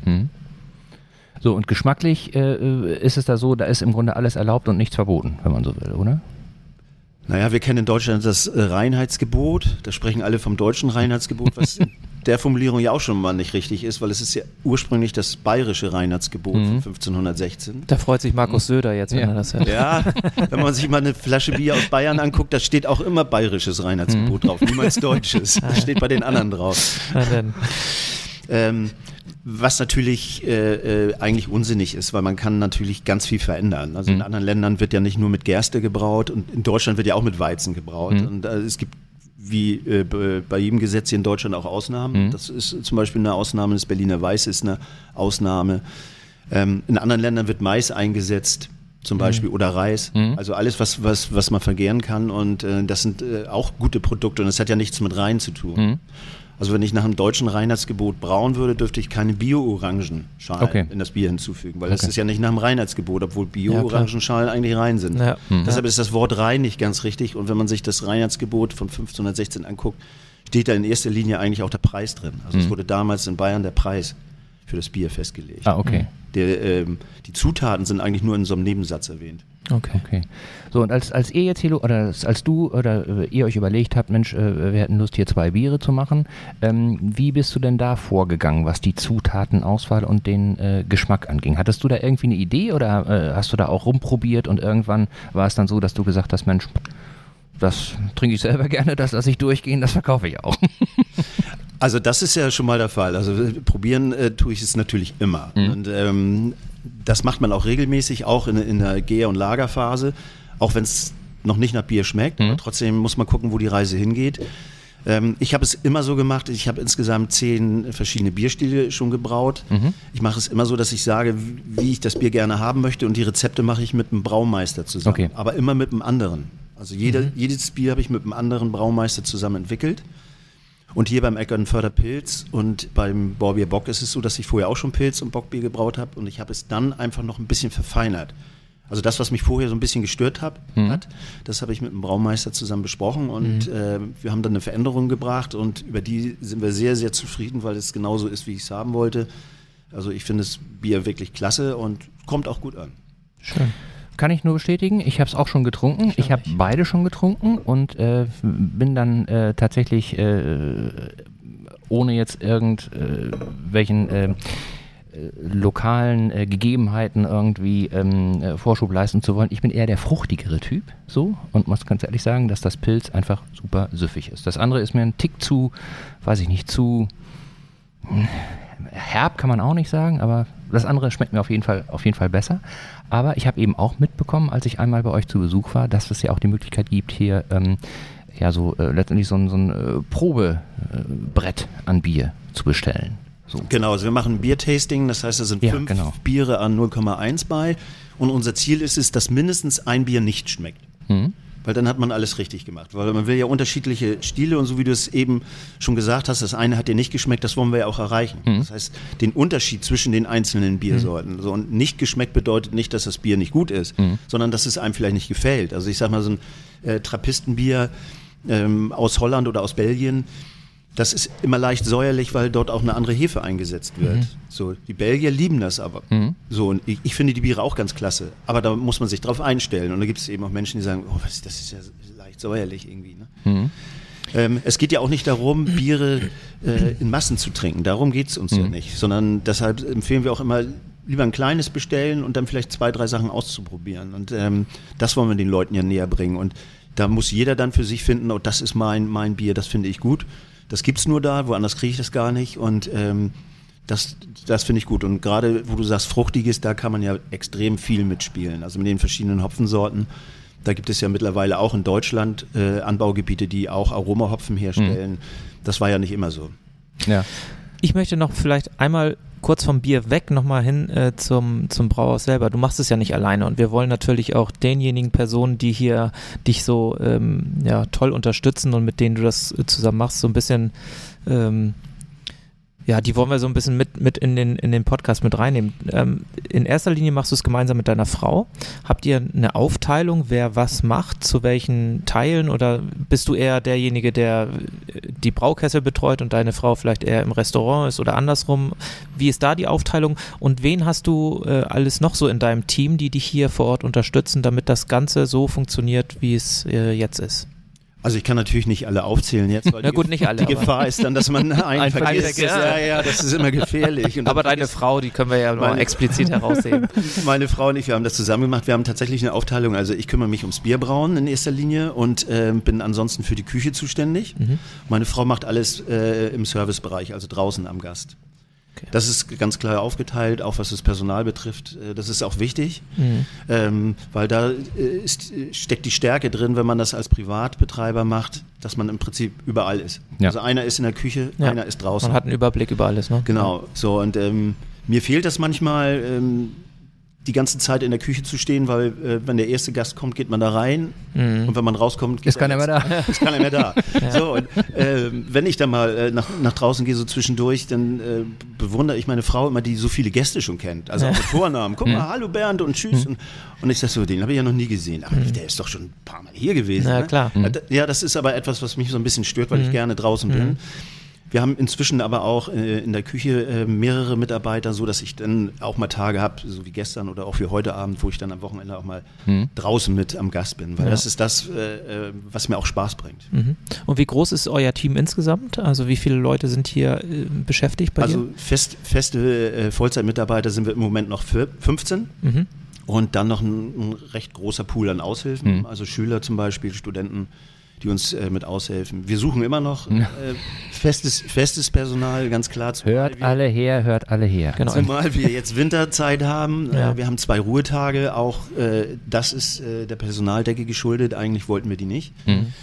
So, und geschmacklich ist es da so, da ist im Grunde alles erlaubt und nichts verboten, wenn man so will, oder? Naja, wir kennen in Deutschland das Reinheitsgebot, da sprechen alle vom deutschen Reinheitsgebot, was in der Formulierung ja auch schon mal nicht richtig ist, weil es ist ja ursprünglich das bayerische Reinheitsgebot von 1516. Da freut sich Markus Söder jetzt, wenn er das hört. Ja, wenn man sich mal eine Flasche Bier aus Bayern anguckt, da steht auch immer bayerisches Reinheitsgebot drauf, niemals deutsches. Das steht bei den anderen drauf. Na denn. Was natürlich eigentlich unsinnig ist, weil man kann natürlich ganz viel verändern. Also in anderen Ländern wird ja nicht nur mit Gerste gebraut und in Deutschland wird ja auch mit Weizen gebraut. Und es gibt wie bei jedem Gesetz hier in Deutschland auch Ausnahmen. Das ist zum Beispiel eine Ausnahme, das Berliner Weiß ist eine Ausnahme. In anderen Ländern wird Mais eingesetzt, zum Beispiel, oder Reis. Also alles, was man vergären kann. Und das sind auch gute Produkte und das hat ja nichts mit Rein zu tun. Also wenn ich nach dem deutschen Reinheitsgebot brauen würde, dürfte ich keine Bio-Orangenschalen in das Bier hinzufügen, weil das ist ja nicht nach dem Reinheitsgebot, obwohl Bio-Orangenschalen eigentlich rein sind. Ja. Deshalb ist das Wort rein nicht ganz richtig und wenn man sich das Reinheitsgebot von 1516 anguckt, steht da in erster Linie eigentlich auch der Preis drin. Also es wurde damals in Bayern der Preis für das Bier festgelegt. Die Zutaten sind eigentlich nur in so einem Nebensatz erwähnt. Okay. So, und als ihr jetzt hier, oder als du oder ihr euch überlegt habt, Mensch, wir hätten Lust, hier 2 Biere zu machen, wie bist du denn da vorgegangen, was die Zutatenauswahl und den Geschmack anging? Hattest du da irgendwie eine Idee oder hast du da auch rumprobiert und irgendwann war es dann so, dass du gesagt hast, Mensch, das trinke ich selber gerne, das lasse ich durchgehen, das verkaufe ich auch. Also das ist ja schon mal der Fall. Also probieren tue ich es natürlich immer. Und das macht man auch regelmäßig, auch in der Gär- und Lagerphase, auch wenn es noch nicht nach Bier schmeckt. Aber trotzdem muss man gucken, wo die Reise hingeht. Ich habe es immer so gemacht, ich habe insgesamt 10 verschiedene Bierstile schon gebraut. Ich mache es immer so, dass ich sage, wie ich das Bier gerne haben möchte und die Rezepte mache ich mit einem Braumeister zusammen, aber immer mit einem anderen. Also jedes Bier habe ich mit einem anderen Braumeister zusammen entwickelt. Und hier beim Eckernförder Pilz und beim Borbier Bock ist es so, dass ich vorher auch schon Pilz und Bockbier gebraut habe und ich habe es dann einfach noch ein bisschen verfeinert. Also das, was mich vorher so ein bisschen gestört hat, das habe ich mit dem Braumeister zusammen besprochen und wir haben dann eine Veränderung gebracht und über die sind wir sehr, sehr zufrieden, weil es genauso ist, wie ich es haben wollte. Also ich finde das Bier wirklich klasse und kommt auch gut an. Schön. Kann ich nur bestätigen, ich habe es auch schon getrunken, ich habe beide schon getrunken und bin dann tatsächlich, ohne jetzt irgendwelchen lokalen Gegebenheiten irgendwie Vorschub leisten zu wollen, ich bin eher der fruchtigere Typ, so, und muss ganz ehrlich sagen, dass das Pilz einfach super süffig ist. Das andere ist mir ein Tick zu, weiß ich nicht, zu herb kann man auch nicht sagen, aber das andere schmeckt mir auf jeden Fall besser. Aber ich habe eben auch mitbekommen, als ich einmal bei euch zu Besuch war, dass es ja auch die Möglichkeit gibt, hier letztendlich so ein Probebrett an Bier zu bestellen. So. Genau, also wir machen ein Biertasting, das heißt, da sind 5 Biere an 0,1 bei und unser Ziel ist es, dass mindestens ein Bier nicht schmeckt. Weil dann hat man alles richtig gemacht. Weil man will ja unterschiedliche Stile und so wie du es eben schon gesagt hast, das eine hat dir nicht geschmeckt, das wollen wir ja auch erreichen. Das heißt, den Unterschied zwischen den einzelnen Biersorten. So, und nicht geschmeckt bedeutet nicht, dass das Bier nicht gut ist, sondern dass es einem vielleicht nicht gefällt. Also ich sag mal, so ein Trappistenbier aus Holland oder aus Belgien, das ist immer leicht säuerlich, weil dort auch eine andere Hefe eingesetzt wird. So, die Belgier lieben das aber. So, und ich finde die Biere auch ganz klasse. Aber da muss man sich drauf einstellen. Und da gibt es eben auch Menschen, die sagen, das ist ja leicht säuerlich irgendwie. Ne? Es geht ja auch nicht darum, Biere in Massen zu trinken. Darum geht es uns ja nicht. Sondern deshalb empfehlen wir auch immer, lieber ein kleines bestellen und dann vielleicht 2, 3 Sachen auszuprobieren. Und das wollen wir den Leuten ja näher bringen. Und da muss jeder dann für sich finden, das ist mein Bier, das finde ich gut. Das gibt's nur da, woanders kriege ich das gar nicht und das finde ich gut. Und gerade, wo du sagst Fruchtiges, da kann man ja extrem viel mitspielen. Also mit den verschiedenen Hopfensorten, da gibt es ja mittlerweile auch in Deutschland Anbaugebiete, die auch Aromahopfen herstellen. Das war ja nicht immer so. Ja. Ich möchte noch vielleicht einmal kurz vom Bier weg nochmal hin zum Brauhaus selber. Du machst es ja nicht alleine und wir wollen natürlich auch denjenigen Personen, die hier dich so toll unterstützen und mit denen du das zusammen machst, so ein bisschen die wollen wir so ein bisschen mit in den Podcast mit reinnehmen. In erster Linie machst du es gemeinsam mit deiner Frau. Habt ihr eine Aufteilung, wer was macht, zu welchen Teilen oder bist du eher derjenige, der die Braukessel betreut und deine Frau vielleicht eher im Restaurant ist oder andersrum? Wie ist da die Aufteilung und wen hast du alles noch so in deinem Team, die dich hier vor Ort unterstützen, damit das Ganze so funktioniert, wie es jetzt ist? Also ich kann natürlich nicht alle aufzählen jetzt, weil nicht alle, die Gefahr ist dann, dass man einen vergisst. Ja, das ist immer gefährlich. Und aber deine Frau, die können wir ja mal explizit herausheben. Meine Frau und ich, wir haben das zusammen gemacht. Wir haben tatsächlich eine Aufteilung. Also ich kümmere mich ums Bierbrauen in erster Linie und bin ansonsten für die Küche zuständig. Meine Frau macht alles im Servicebereich, also draußen am Gast. Okay. Das ist ganz klar aufgeteilt, auch was das Personal betrifft. Das ist auch wichtig, weil da steckt die Stärke drin, wenn man das als Privatbetreiber macht, dass man im Prinzip überall ist. Ja. Also einer ist in der Küche, einer ist draußen. Man hat einen Überblick über alles, ne? Genau, so und mir fehlt das manchmal, die ganze Zeit in der Küche zu stehen, weil wenn der erste Gast kommt, geht man da rein und wenn man rauskommt, ist keiner mehr da. Ist keiner mehr da. Ja. So, und wenn ich dann mal nach draußen gehe, so zwischendurch, dann bewundere ich meine Frau immer, die so viele Gäste schon kennt. Also auch mit Vornamen. Guck mal, hallo Bernd und tschüss. Und ich sage so, den habe ich ja noch nie gesehen. Aber der ist doch schon ein paar Mal hier gewesen. Ja, ne? Klar. Ja, das ist aber etwas, was mich so ein bisschen stört, weil ich gerne draußen bin. Wir haben inzwischen aber auch in der Küche mehrere Mitarbeiter, so dass ich dann auch mal Tage habe, so wie gestern oder auch wie heute Abend, wo ich dann am Wochenende auch mal draußen mit am Gast bin, weil das ist das, was mir auch Spaß bringt. Und wie groß ist euer Team insgesamt? Also wie viele Leute sind hier beschäftigt bei dir? Also feste Vollzeitmitarbeiter sind wir im Moment noch 15 und dann noch ein recht großer Pool an Aushilfen, also Schüler zum Beispiel, Studenten, die uns mit aushelfen. Wir suchen immer noch festes Personal, ganz klar. Hört alle her. Genau. Zumal wir jetzt Winterzeit haben. Wir haben 2 Ruhetage. Auch das ist der Personaldecke geschuldet. Eigentlich wollten wir die nicht.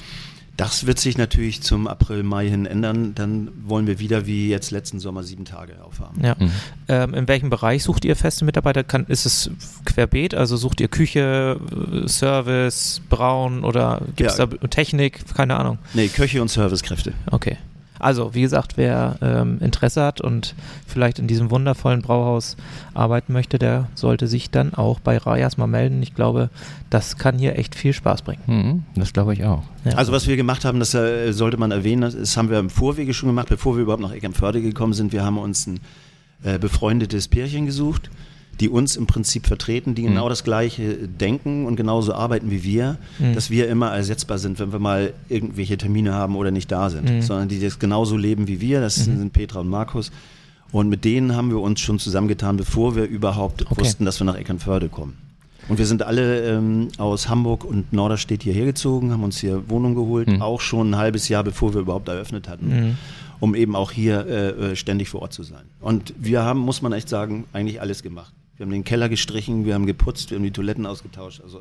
Das wird sich natürlich zum April, Mai hin ändern. Dann wollen wir wieder wie jetzt letzten Sommer 7 Tage aufhaben. Ja. In welchem Bereich sucht ihr feste Mitarbeiter? Ist es querbeet? Also sucht ihr Küche, Service, Braun oder gibt es da Technik? Keine Ahnung. Nee, Köche und Servicekräfte. Okay. Also, wie gesagt, wer Interesse hat und vielleicht in diesem wundervollen Brauhaus arbeiten möchte, der sollte sich dann auch bei Rajas mal melden. Ich glaube, das kann hier echt viel Spaß bringen. Das glaube ich auch. Ja. Also, was wir gemacht haben, das sollte man erwähnen, das haben wir im Vorwege schon gemacht, bevor wir überhaupt nach Eckernförde gekommen sind. Wir haben uns ein befreundetes Pärchen gesucht, die uns im Prinzip vertreten, die genau das Gleiche denken und genauso arbeiten wie wir, dass wir immer ersetzbar sind, wenn wir mal irgendwelche Termine haben oder nicht da sind, sondern die das genauso leben wie wir, das sind Petra und Markus. Und mit denen haben wir uns schon zusammengetan, bevor wir überhaupt wussten, dass wir nach Eckernförde kommen. Und wir sind alle aus Hamburg und Norderstedt hierher gezogen, haben uns hier Wohnung geholt, auch schon ein halbes Jahr, bevor wir überhaupt eröffnet hatten, um eben auch hier ständig vor Ort zu sein. Und wir haben, muss man echt sagen, eigentlich alles gemacht. Wir haben den Keller gestrichen, wir haben geputzt, wir haben die Toiletten ausgetauscht. Also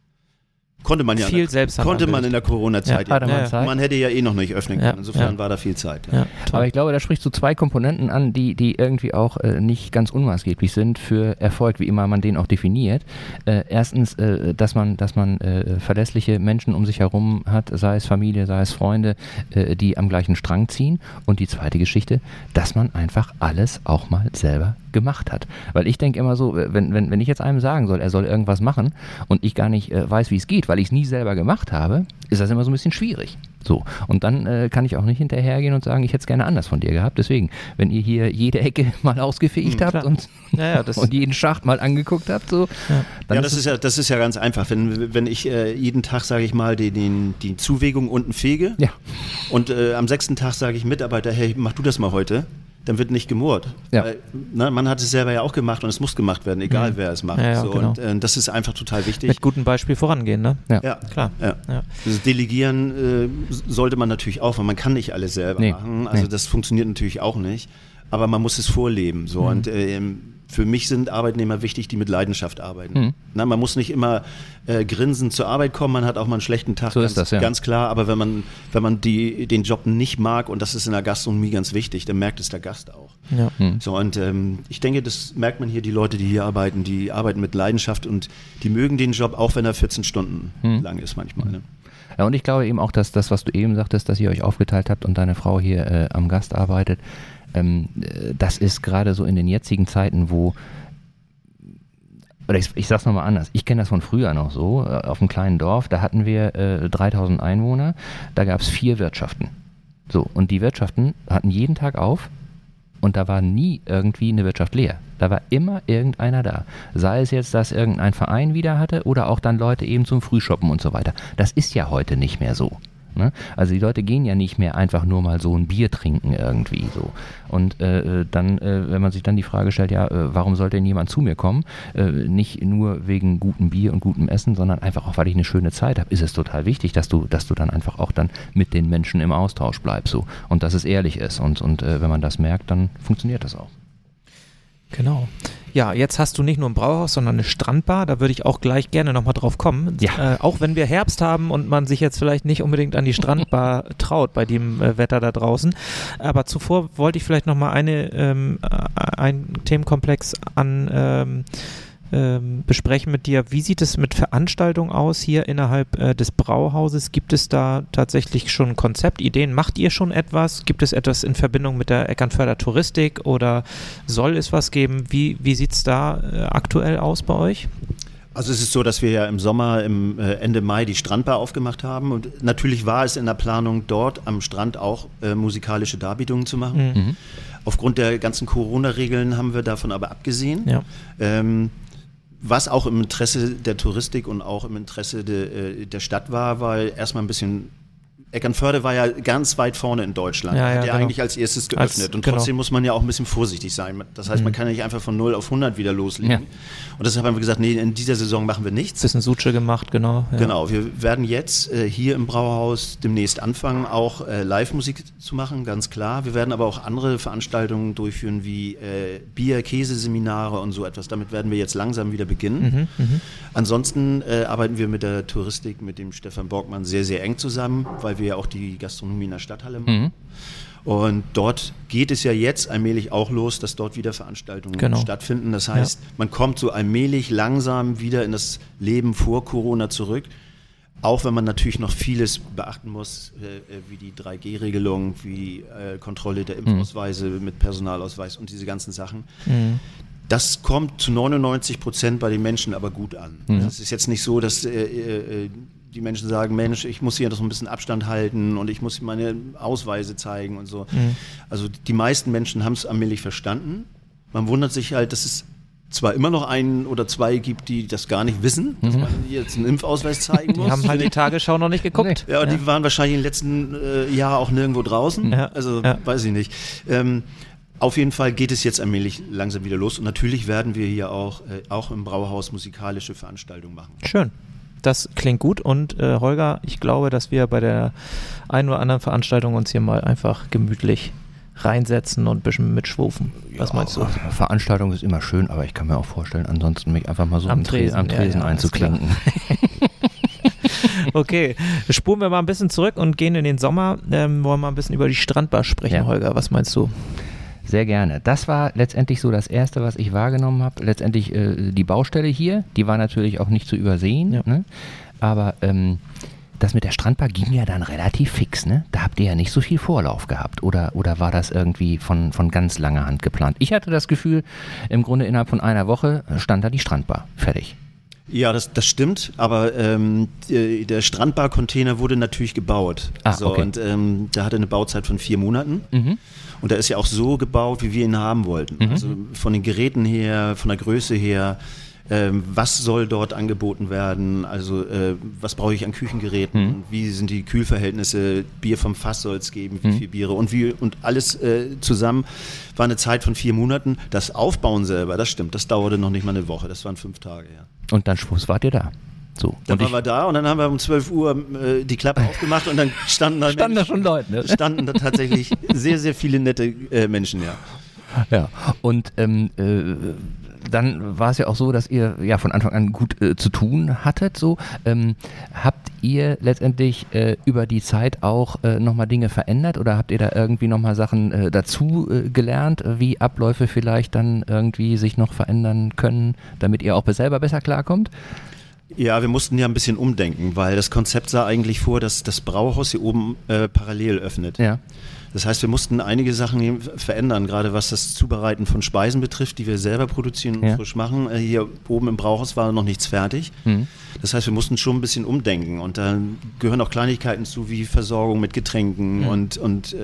konnte man ja in der Corona-Zeit. Ja. Man hätte ja eh noch nicht öffnen können. Insofern war da viel Zeit. Ja. Aber ich glaube, da sprichst du 2 Komponenten an, die irgendwie auch nicht ganz unmaßgeblich sind für Erfolg, wie immer man den auch definiert. Erstens, dass man verlässliche Menschen um sich herum hat, sei es Familie, sei es Freunde, die am gleichen Strang ziehen. Und die zweite Geschichte, dass man einfach alles auch mal selber gemacht hat. Weil ich denke immer so, wenn ich jetzt einem sagen soll, er soll irgendwas machen und ich gar nicht weiß, wie es geht, weil ich es nie selber gemacht habe, ist das immer so ein bisschen schwierig. So. Und dann kann ich auch nicht hinterhergehen und sagen, ich hätte es gerne anders von dir gehabt. Deswegen, wenn ihr hier jede Ecke mal ausgefegt habt und jeden Schacht mal angeguckt habt, so. Dann das ist ja ganz einfach. Wenn ich jeden Tag, sage ich mal, die Zuwegung unten fege und am 6. Tag sage ich Mitarbeiter, hey, mach du das mal heute, dann wird nicht gemurrt. Ja. Weil, man hat es selber ja auch gemacht und es muss gemacht werden, egal wer es macht. Ja, so, genau. Und das ist einfach total wichtig. Mit gutem Beispiel vorangehen, ne? Ja, klar. Ja. Das Delegieren sollte man natürlich auch, weil man kann nicht alles selber machen. Also das funktioniert natürlich auch nicht. Aber man muss es vorleben. So. Und für mich sind Arbeitnehmer wichtig, die mit Leidenschaft arbeiten. Man muss nicht immer grinsend zur Arbeit kommen, man hat auch mal einen schlechten Tag, so ist das, ganz klar. Aber wenn man den Job nicht mag, und das ist in der Gastronomie ganz wichtig, dann merkt es der Gast auch. Ja. So, und ich denke, das merkt man hier, die Leute, die hier arbeiten, die arbeiten mit Leidenschaft und die mögen den Job, auch wenn er 14 Stunden lang ist manchmal. Ne? Ja, und ich glaube eben auch, dass das, was du eben sagtest, dass ihr euch aufgeteilt habt und deine Frau hier am Gast arbeitet, das ist gerade so in den jetzigen Zeiten, wo, oder ich sag's nochmal anders, ich kenne das von früher noch so, auf einem kleinen Dorf, da hatten wir 3000 Einwohner, da gab es 4 Wirtschaften. So, und die Wirtschaften hatten jeden Tag auf und da war nie irgendwie eine Wirtschaft leer. Da war immer irgendeiner da. Sei es jetzt, dass irgendein Verein wieder hatte oder auch dann Leute eben zum Frühshoppen und so weiter. Das ist ja heute nicht mehr so. Ne? Also die Leute gehen ja nicht mehr einfach nur mal so ein Bier trinken irgendwie so. Und dann, wenn man sich dann die Frage stellt, warum sollte denn jemand zu mir kommen? Nicht nur wegen gutem Bier und gutem Essen, sondern einfach auch, weil ich eine schöne Zeit habe, ist es total wichtig, dass du dann einfach auch dann mit den Menschen im Austausch bleibst so. Und dass es ehrlich ist. Und wenn man das merkt, dann funktioniert das auch. Genau. Ja, jetzt hast du nicht nur ein Brauhaus, sondern eine Strandbar. Da würde ich auch gleich gerne nochmal drauf kommen. Ja. Auch wenn wir Herbst haben und man sich jetzt vielleicht nicht unbedingt an die Strandbar traut bei dem Wetter da draußen. Aber zuvor wollte ich vielleicht nochmal einen Themenkomplex besprechen mit dir. Wie sieht es mit Veranstaltungen aus hier innerhalb des Brauhauses? Gibt es da tatsächlich schon Konzeptideen? Macht ihr schon etwas? Gibt es etwas in Verbindung mit der Eckernförder Touristik oder soll es was geben? Wie sieht es da aktuell aus bei euch? Also es ist so, dass wir ja im Sommer, Ende Mai die Strandbar aufgemacht haben und natürlich war es in der Planung, dort am Strand auch musikalische Darbietungen zu machen. Mhm. Aufgrund der ganzen Corona-Regeln haben wir davon aber abgesehen. Ja. Was auch im Interesse der Touristik und auch im Interesse der Stadt war, weil erstmal ein bisschen Eckernförde war ja ganz weit vorne in Deutschland. Hat ja eigentlich als erstes geöffnet. Und trotzdem muss man ja auch ein bisschen vorsichtig sein. Das heißt, man kann ja nicht einfach von 0 auf 100 wieder loslegen. Ja. Und deshalb haben wir gesagt, nee, in dieser Saison machen wir nichts. Bisschen Suche gemacht, genau. Ja. Genau, wir werden jetzt hier im Brauhaus demnächst anfangen, auch Live-Musik zu machen, ganz klar. Wir werden aber auch andere Veranstaltungen durchführen, wie Bier-Käseseminare und so etwas. Damit werden wir jetzt langsam wieder beginnen. Ansonsten arbeiten wir mit der Touristik, mit dem Stefan Borgmann sehr, sehr eng zusammen, weil wir ja auch die Gastronomie in der Stadthalle machen. Und dort geht es ja jetzt allmählich auch los, dass dort wieder Veranstaltungen stattfinden. Das heißt, man kommt so allmählich langsam wieder in das Leben vor Corona zurück. Auch wenn man natürlich noch vieles beachten muss, wie die 3G-Regelung, wie Kontrolle der Impfausweise mit Personalausweis und diese ganzen Sachen. Das kommt zu 99% bei den Menschen aber gut an. Es ist jetzt nicht so, dass die Menschen sagen, Mensch, ich muss hier noch so ein bisschen Abstand halten und ich muss meine Ausweise zeigen und so. Also die meisten Menschen haben es allmählich verstanden. Man wundert sich halt, dass es zwar immer noch einen oder zwei gibt, die das gar nicht wissen, dass man jetzt einen Impfausweis zeigen muss. Die haben halt die Tagesschau noch nicht geguckt. Ja, und die waren wahrscheinlich im letzten Jahr auch nirgendwo draußen. Also weiß ich nicht. Auf jeden Fall geht es jetzt allmählich langsam wieder los und natürlich werden wir hier auch im Brauhaus musikalische Veranstaltungen machen. Schön. Das klingt gut und Holger, ich glaube, dass wir bei der einen oder anderen Veranstaltung uns hier mal einfach gemütlich reinsetzen und ein bisschen mitschwufen. Was meinst du? Veranstaltung ist immer schön, aber ich kann mir auch vorstellen, ansonsten mich einfach mal so am Tresen einzuklinken. Okay, spulen wir mal ein bisschen zurück und gehen in den Sommer. Wollen wir mal ein bisschen über die Strandbar sprechen, Holger. Was meinst du? Sehr gerne. Das war letztendlich so das Erste, was ich wahrgenommen habe. Letztendlich die Baustelle hier, die war natürlich auch nicht zu übersehen. Ne? Aber das mit der Strandbar ging ja dann relativ fix. Ne? Da habt ihr ja nicht so viel Vorlauf gehabt. Oder war das irgendwie von ganz langer Hand geplant? Ich hatte das Gefühl, im Grunde innerhalb von einer Woche stand da die Strandbar. Fertig. Ja, das stimmt, aber der Strandbar-Container wurde natürlich gebaut. Okay. Und der hatte eine Bauzeit von 4 Monaten. Und der ist ja auch so gebaut, wie wir ihn haben wollten. Also von den Geräten her, von der Größe her, was soll dort angeboten werden, also was brauche ich an Küchengeräten, wie sind die Kühlverhältnisse, Bier vom Fass soll es geben, wie viel Biere und alles zusammen war eine Zeit von 4 Monaten. Das Aufbauen selber, das stimmt, das dauerte noch nicht mal eine Woche, das waren 5 Tage, ja. Und dann schwupps wart ihr da. So. Dann waren wir da und dann haben wir um 12 Uhr die Klappe aufgemacht und dann standen da schon Leute. Ne? Standen da tatsächlich sehr, sehr viele nette Menschen, ja. Ja, und dann war es ja auch so, dass ihr ja von Anfang an gut zu tun hattet. So. Habt ihr letztendlich über die Zeit auch nochmal Dinge verändert oder habt ihr da irgendwie nochmal Sachen dazu gelernt, wie Abläufe vielleicht dann irgendwie sich noch verändern können, damit ihr auch selber besser klarkommt? Ja, wir mussten ja ein bisschen umdenken, weil das Konzept sah eigentlich vor, dass das Brauhaus hier oben parallel öffnet. Ja. Das heißt, wir mussten einige Sachen verändern, gerade was das Zubereiten von Speisen betrifft, die wir selber produzieren und frisch machen. Hier oben im Brauhaus war noch nichts fertig. Das heißt, wir mussten schon ein bisschen umdenken und da gehören auch Kleinigkeiten zu, wie Versorgung mit Getränken und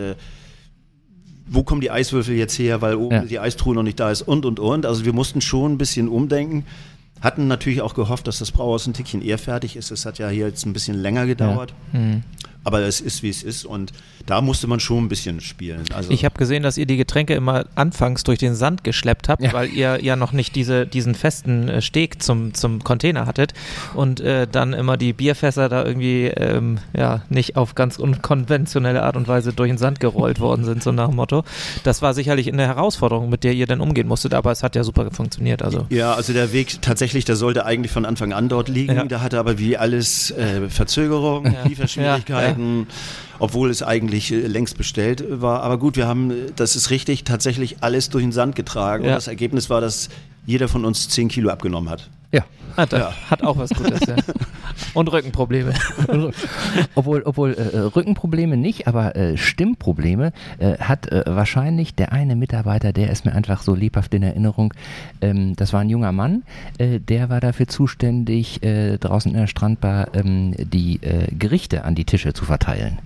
wo kommen die Eiswürfel jetzt her, weil oben die Eistruhe noch nicht da ist und. Also wir mussten schon ein bisschen umdenken. Hatten natürlich auch gehofft, dass das Brauhaus ein Tickchen eher fertig ist. Es hat ja hier jetzt ein bisschen länger gedauert. Aber es ist, wie es ist und da musste man schon ein bisschen spielen. Also ich habe gesehen, dass ihr die Getränke immer anfangs durch den Sand geschleppt habt, weil ihr ja noch nicht diesen festen Steg zum Container hattet und dann immer die Bierfässer da irgendwie nicht auf ganz unkonventionelle Art und Weise durch den Sand gerollt worden sind, so nach dem Motto. Das war sicherlich eine Herausforderung, mit der ihr dann umgehen musstet, aber es hat ja super funktioniert. Also. Ja, also der Weg tatsächlich, der sollte eigentlich von Anfang an dort liegen. Da hatte aber wie alles Verzögerungen, Lieferschwierigkeiten, obwohl es eigentlich längst bestellt war. Aber gut, das ist richtig, tatsächlich alles durch den Sand getragen. Und das Ergebnis war, dass jeder von uns 10 Kilo abgenommen hat. Ja. Hat auch was Gutes, ja. Und Rückenprobleme. Obwohl Rückenprobleme nicht, aber Stimmprobleme hat wahrscheinlich der eine Mitarbeiter, der ist mir einfach so lebhaft in Erinnerung, das war ein junger Mann, der war dafür zuständig, draußen in der Strandbar die Gerichte an die Tische zu verteilen.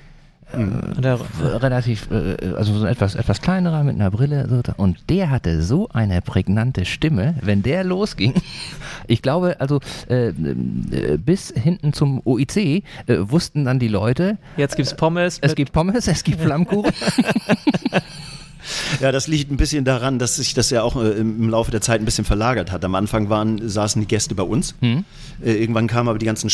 Relativ, also so etwas kleinerer mit einer Brille und der hatte so eine prägnante Stimme, wenn der losging. Ich glaube, also bis hinten zum OIC wussten dann die Leute, jetzt gibt's Pommes. Es gibt Pommes, es gibt Flammkuchen. Ja, das liegt ein bisschen daran, dass sich das ja auch im Laufe der Zeit ein bisschen verlagert hat. Am Anfang saßen die Gäste bei uns. Irgendwann kamen aber die ganzen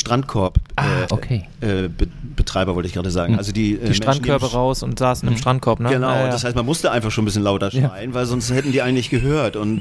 Strandkorb-Betreiber, wollte ich gerade sagen. Also die Strandkörbe raus und saßen im Strandkorb, ne? Genau, das heißt, man musste einfach schon ein bisschen lauter schreien, weil sonst hätten die eigentlich gehört. Und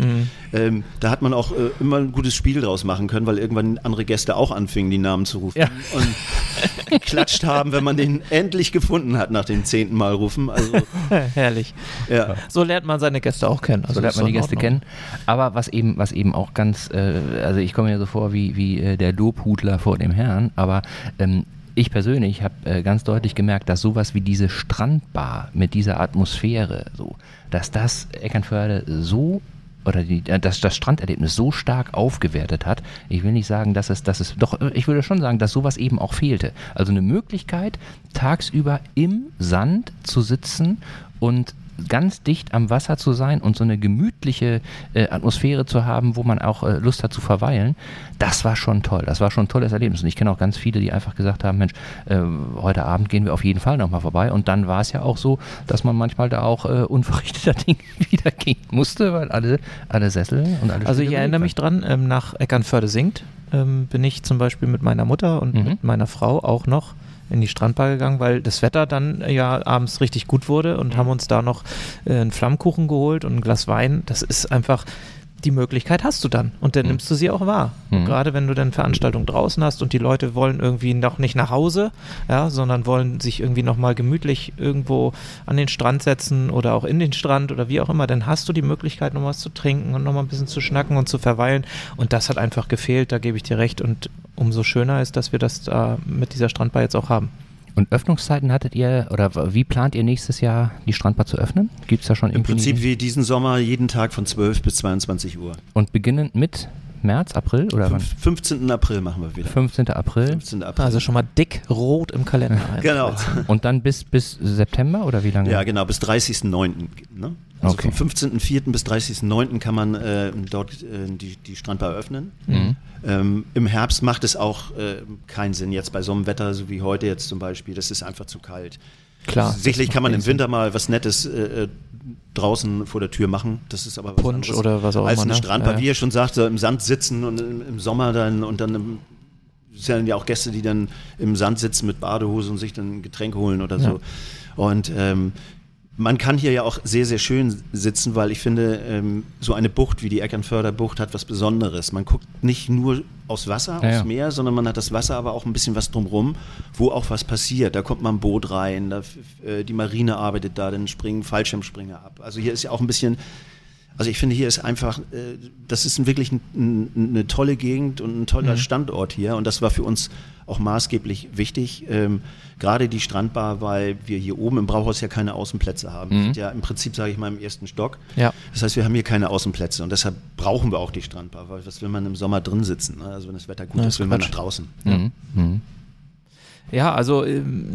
da hat man auch immer ein gutes Spiel draus machen können, weil irgendwann andere Gäste auch anfingen, die Namen zu rufen und geklatscht haben, wenn man den endlich gefunden hat nach dem 10. Mal rufen. Also herrlich. Ja. So lernt man seine Gäste auch kennen. Also so lernt man die Gäste kennen. Aber was eben auch ganz, also ich komme mir so vor wie der Lobhudler vor dem Herrn, aber ich persönlich habe ganz deutlich gemerkt, dass sowas wie diese Strandbar mit dieser Atmosphäre, so, dass das Eckernförde so oder das Stranderlebnis so stark aufgewertet hat. Ich will nicht sagen, dass es doch, ich würde schon sagen, dass sowas eben auch fehlte. Also eine Möglichkeit, tagsüber im Sand zu sitzen und ganz dicht am Wasser zu sein und so eine gemütliche Atmosphäre zu haben, wo man auch Lust hat zu verweilen, das war schon toll. Das war schon ein tolles Erlebnis. Und ich kenne auch ganz viele, die einfach gesagt haben, Mensch, heute Abend gehen wir auf jeden Fall nochmal vorbei. Und dann war es ja auch so, dass man manchmal da auch unverrichteter Dinge wieder gehen musste, weil alle Sessel und alles. Also ich erinnere mich dran, nach Eckernförde singt, bin ich zum Beispiel mit meiner Mutter und mit meiner Frau auch noch in die Strandbar gegangen, weil das Wetter dann ja abends richtig gut wurde und haben uns da noch einen Flammkuchen geholt und ein Glas Wein. Das ist einfach, die Möglichkeit hast du dann und dann nimmst du sie auch wahr. Gerade wenn du dann Veranstaltungen draußen hast und die Leute wollen irgendwie noch nicht nach Hause, sondern wollen sich irgendwie nochmal gemütlich irgendwo an den Strand setzen oder auch in den Strand oder wie auch immer, dann hast du die Möglichkeit, noch was zu trinken und noch mal ein bisschen zu schnacken und zu verweilen und das hat einfach gefehlt, da gebe ich dir recht und umso schöner ist, dass wir das da mit dieser Strandbar jetzt auch haben. Und Öffnungszeiten hattet ihr, oder wie plant ihr nächstes Jahr die Strandbar zu öffnen? Gibt es da schon irgendwie? Im Prinzip wie diesen Sommer jeden Tag von 12 bis 22 Uhr. Und beginnend mit März, April oder wann? 15. April machen wir wieder. 15. April. Also schon mal dick rot im Kalender. Genau. Und dann bis September oder wie lange? Ja, genau, bis 30.09. Ne? Also vom 15.04. bis 30.09. kann man dort die Strandbar öffnen. Im Herbst macht es auch keinen Sinn, jetzt bei so einem Wetter, so wie heute jetzt zum Beispiel, das ist einfach zu kalt. Klar. Sicherlich kann man im Winter mal was Nettes draußen vor der Tür machen, das ist aber was Punsch anderes oder was auch als immer, eine Strandbar, wie ihr schon sagte, im Sand sitzen und im Sommer dann und dann sind ja auch Gäste, die dann im Sand sitzen mit Badehose und sich dann ein Getränk holen oder so. Und man kann hier ja auch sehr, sehr schön sitzen, weil ich finde, so eine Bucht wie die Eckernförder Bucht hat was Besonderes. Man guckt nicht nur aufs Wasser, aufs Meer, sondern man hat das Wasser, aber auch ein bisschen was drumherum, wo auch was passiert. Da kommt mal ein Boot rein, die Marine arbeitet da, dann springen Fallschirmspringer ab. Also hier ist ja auch ein bisschen, also ich finde, hier ist einfach, das ist wirklich eine tolle Gegend und ein toller Standort hier und das war für uns auch maßgeblich wichtig, gerade die Strandbar, weil wir hier oben im Brauhaus ja keine Außenplätze haben. Wir sind ja im Prinzip, sage ich mal, im ersten Stock. Ja. Das heißt, wir haben hier keine Außenplätze und deshalb brauchen wir auch die Strandbar, weil was will man im Sommer drin sitzen? Ne? Also wenn das Wetter gut ist, will man nach draußen. Ja, also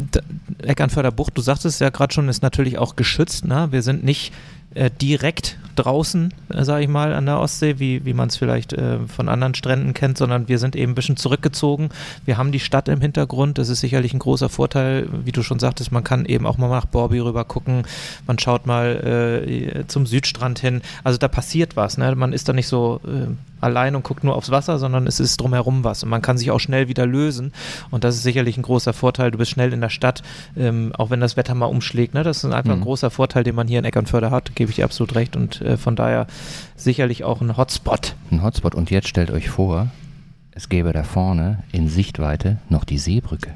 Eckernförder Bucht, du sagtest ja gerade schon, ist natürlich auch geschützt. Ne? Wir sind nicht direkt draußen, sage ich mal, an der Ostsee, wie man es vielleicht von anderen Stränden kennt, sondern wir sind eben ein bisschen zurückgezogen. Wir haben die Stadt im Hintergrund, das ist sicherlich ein großer Vorteil, wie du schon sagtest, man kann eben auch mal nach Borby rüber gucken, man schaut mal zum Südstrand hin, also da passiert was, ne? Man ist da nicht so allein und guckt nur aufs Wasser, sondern es ist drumherum was und man kann sich auch schnell wieder lösen und das ist sicherlich ein großer Vorteil, du bist schnell in der Stadt, auch wenn das Wetter mal umschlägt, ne? Das ist einfach ein großer Vorteil, den man hier in Eckernförde hat, gebe ich dir absolut recht und von daher sicherlich auch ein Hotspot. Ein Hotspot und jetzt stellt euch vor, es gäbe da vorne in Sichtweite noch die Seebrücke.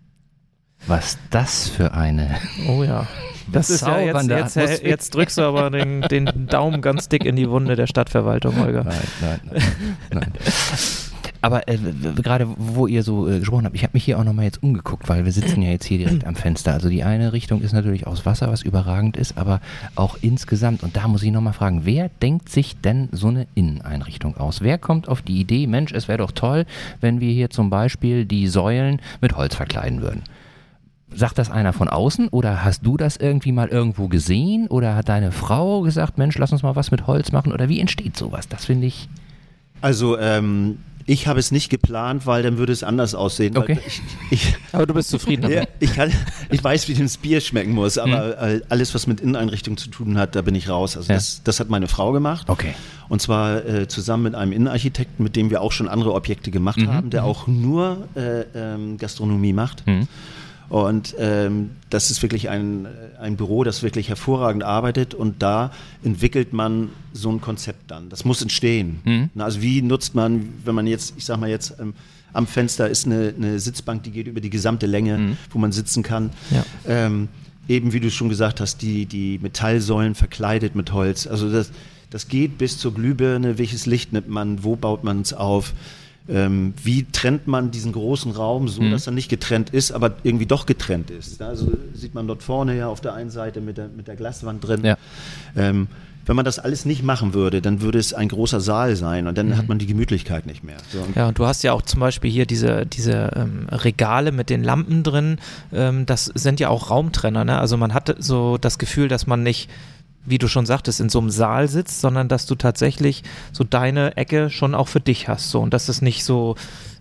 Was das für eine... Oh ja. Das ist ja jetzt drückst du aber den Daumen ganz dick in die Wunde der Stadtverwaltung, Holger. Nein. Aber gerade wo ihr so gesprochen habt, ich habe mich hier auch nochmal jetzt umgeguckt, weil wir sitzen ja jetzt hier direkt am Fenster. Also die eine Richtung ist natürlich aufs Wasser, was überragend ist, aber auch insgesamt. Und da muss ich nochmal fragen, wer denkt sich denn so eine Inneneinrichtung aus? Wer kommt auf die Idee, Mensch, es wäre doch toll, wenn wir hier zum Beispiel die Säulen mit Holz verkleiden würden? Sagt das einer von außen oder hast du das irgendwie mal irgendwo gesehen oder hat deine Frau gesagt, Mensch, lass uns mal was mit Holz machen oder wie entsteht sowas? Das finde ich... Also ich habe es nicht geplant, weil dann würde es anders aussehen. Okay. Aber du bist zufrieden damit. Ja, ich weiß, wie das Bier schmecken muss, aber alles, was mit Inneneinrichtung zu tun hat, da bin ich raus. Also das hat meine Frau gemacht. Okay. Und zwar zusammen mit einem Innenarchitekten, mit dem wir auch schon andere Objekte gemacht haben, der auch nur Gastronomie macht. Und das ist wirklich ein Büro, das wirklich hervorragend arbeitet und da entwickelt man so ein Konzept dann. Das muss entstehen. Also wie nutzt man, wenn man jetzt, ich sag mal jetzt, am Fenster ist eine Sitzbank, die geht über die gesamte Länge, wo man sitzen kann. Ja. Eben wie du schon gesagt hast, die Metallsäulen verkleidet mit Holz. Also das geht bis zur Glühbirne, welches Licht nimmt man, wo baut man es auf. Wie trennt man diesen großen Raum so, dass er nicht getrennt ist, aber irgendwie doch getrennt ist. Also sieht man dort vorne ja auf der einen Seite mit der Glaswand drin. Ja. Wenn man das alles nicht machen würde, dann würde es ein großer Saal sein und dann hat man die Gemütlichkeit nicht mehr. So. Ja, und du hast ja auch zum Beispiel hier diese Regale mit den Lampen drin, das sind ja auch Raumtrenner, ne? Also man hat so das Gefühl, dass man nicht, wie du schon sagtest, in so einem Saal sitzt, sondern dass du tatsächlich so deine Ecke schon auch für dich hast. So. Und dass es nicht so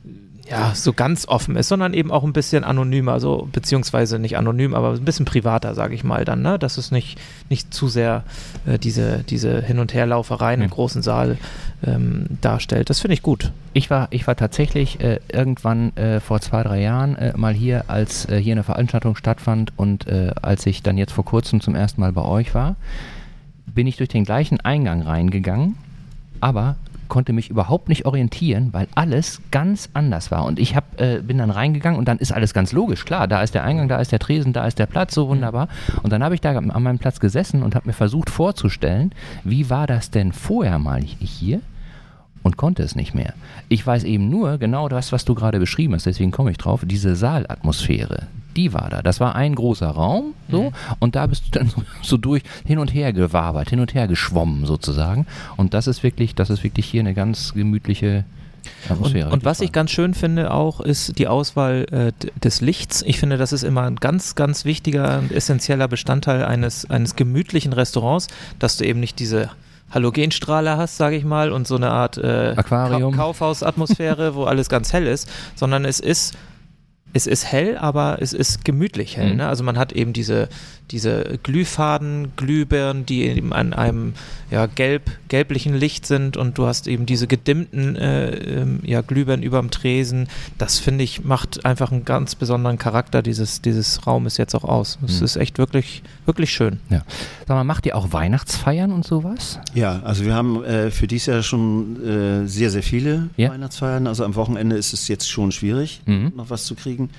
ganz offen ist, sondern eben auch ein bisschen anonymer, also beziehungsweise nicht anonym, aber ein bisschen privater, sage ich mal dann, ne? Dass es nicht zu sehr diese Hin- und Herlaufereien im großen Saal darstellt. Das finde ich gut. Ich war tatsächlich irgendwann vor 2-3 Jahren mal hier, als hier eine Veranstaltung stattfand und als ich dann jetzt vor kurzem zum ersten Mal bei euch war, bin ich durch den gleichen Eingang reingegangen, aber konnte mich überhaupt nicht orientieren, weil alles ganz anders war. Und ich bin dann reingegangen und dann ist alles ganz logisch. Klar, da ist der Eingang, da ist der Tresen, da ist der Platz, so wunderbar. Und dann habe ich da an meinem Platz gesessen und habe mir versucht vorzustellen, wie war das denn vorher mal hier? Und konnte es nicht mehr. Ich weiß eben nur genau das, was du gerade beschrieben hast, deswegen komme ich drauf, diese Saalatmosphäre, die war da. Das war ein großer Raum, so, und da bist du dann so durch hin und her gewabert, hin und her geschwommen sozusagen. Und das ist wirklich hier eine ganz gemütliche Atmosphäre. Und was ich ganz schön finde auch, ist die Auswahl des Lichts. Ich finde, das ist immer ein ganz, ganz wichtiger und essentieller Bestandteil eines gemütlichen Restaurants, dass du eben nicht diese Halogenstrahler hast, sage ich mal, und so eine Art Aquarium. Kaufhausatmosphäre, wo alles ganz hell ist, sondern es ist hell, aber es ist gemütlich hell. Ne? Also man hat eben diese Glühfaden, Glühbirnen, die eben an einem gelblichen Licht sind und du hast eben diese gedimmten Glühbirnen überm Tresen. Das, finde ich, macht einfach einen ganz besonderen Charakter dieses Raumes jetzt auch aus. Es ist echt wirklich, wirklich schön. Ja. Sag mal, macht ihr auch Weihnachtsfeiern und sowas? Ja, also wir haben für dieses Jahr schon sehr, sehr viele Weihnachtsfeiern. Also am Wochenende ist es jetzt schon schwierig, noch was zu kriegen.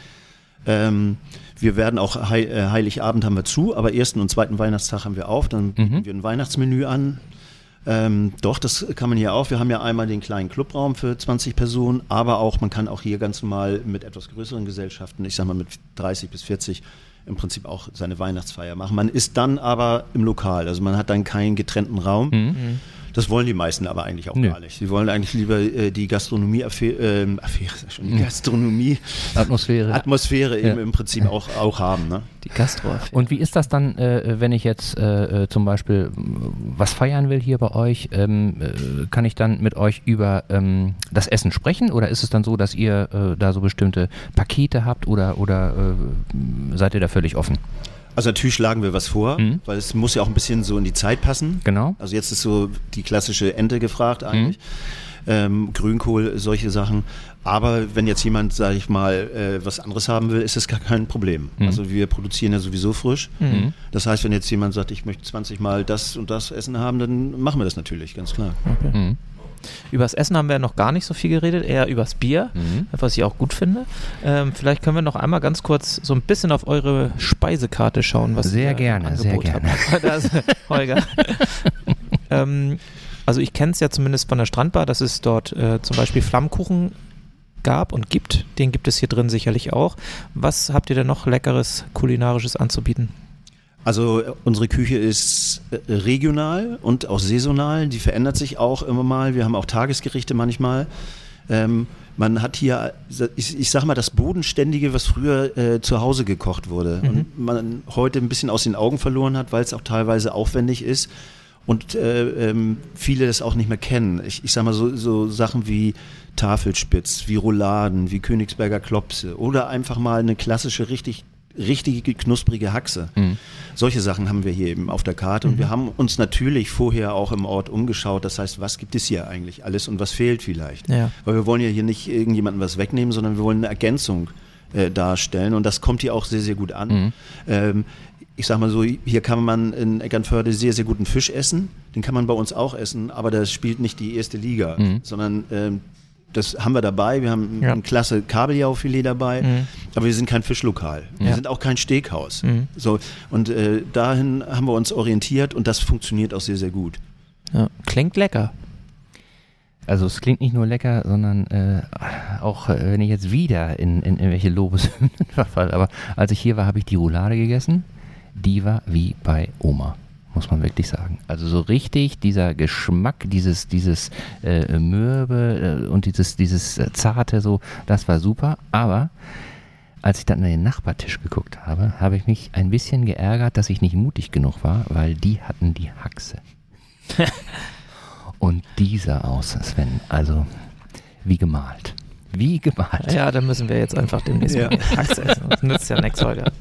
Wir werden auch Heiligabend haben wir zu, aber ersten und zweiten Weihnachtstag haben wir auf, dann bieten wir ein Weihnachtsmenü an. Doch, das kann man hier auch. Wir haben ja einmal den kleinen Clubraum für 20 Personen, aber auch, man kann auch hier ganz normal mit etwas größeren Gesellschaften, ich sag mal mit 30 bis 40, im Prinzip auch seine Weihnachtsfeier machen. Man ist dann aber im Lokal, also man hat dann keinen getrennten Raum. Das wollen die meisten aber eigentlich auch gar nicht. Sie wollen eigentlich lieber die Atmosphäre eben im Prinzip auch haben. Ne? Die Gastroaffäre. Und wie ist das dann, wenn ich jetzt zum Beispiel was feiern will hier bei euch? Kann ich dann mit euch über das Essen sprechen oder ist es dann so, dass ihr da so bestimmte Pakete habt oder seid ihr da völlig offen? Also natürlich schlagen wir was vor, weil es muss ja auch ein bisschen so in die Zeit passen. Genau. Also jetzt ist so die klassische Ente gefragt eigentlich. Grünkohl, solche Sachen. Aber wenn jetzt jemand, sage ich mal, was anderes haben will, ist das gar kein Problem. Also wir produzieren ja sowieso frisch. Das heißt, wenn jetzt jemand sagt, ich möchte 20 Mal das und das Essen haben, dann machen wir das natürlich, ganz klar. Okay. Über das Essen haben wir noch gar nicht so viel geredet, eher übers Bier, was ich auch gut finde. Vielleicht können wir noch einmal ganz kurz so ein bisschen auf eure Speisekarte schauen, was sehr ihr gerne, Angebot sehr gerne. habt. Das, Holger. Also ich kenne es ja zumindest von der Strandbar, dass es dort zum Beispiel Flammkuchen gab und gibt. Den gibt es hier drin sicherlich auch. Was habt ihr denn noch Leckeres, Kulinarisches anzubieten? Also unsere Küche ist regional und auch saisonal, die verändert sich auch immer mal. Wir haben auch Tagesgerichte manchmal. Man hat hier, ich sag mal, das Bodenständige, was früher zu Hause gekocht wurde und man heute ein bisschen aus den Augen verloren hat, weil es auch teilweise aufwendig ist und viele das auch nicht mehr kennen. Ich sag mal so Sachen wie Tafelspitz, wie Rouladen, wie Königsberger Klopse oder einfach mal eine klassische richtige knusprige Haxe. Solche Sachen haben wir hier eben auf der Karte und wir haben uns natürlich vorher auch im Ort umgeschaut, das heißt, was gibt es hier eigentlich alles und was fehlt vielleicht? Ja. Weil wir wollen ja hier nicht irgendjemandem was wegnehmen, sondern wir wollen eine Ergänzung darstellen und das kommt hier auch sehr, sehr gut an. Ich sag mal so, hier kann man in Eckernförde sehr, sehr guten Fisch essen, den kann man bei uns auch essen, aber das spielt nicht die erste Liga, sondern das haben wir dabei. Wir haben ein klasse Kabeljaufilet dabei, aber wir sind kein Fischlokal. Wir sind auch kein Steakhaus. So, und dahin haben wir uns orientiert und das funktioniert auch sehr, sehr gut. Ja, klingt lecker. Also es klingt nicht nur lecker, sondern auch wenn ich jetzt wieder in irgendwelche Lobeshymnen verfalle, aber als ich hier war, habe ich die Roulade gegessen. Die war wie bei Oma. Muss man wirklich sagen. Also so richtig dieser Geschmack, dieses Mürbe und dieses Zarte, so, das war super. Aber als ich dann an den Nachbartisch geguckt habe, habe ich mich ein bisschen geärgert, dass ich nicht mutig genug war, weil die hatten die Haxe. Und die sah aus, Sven, also wie gemalt. Wie gemalt. Ja, dann müssen wir jetzt einfach demnächst mal Haxe essen. Das nützt ja nichts, Holger.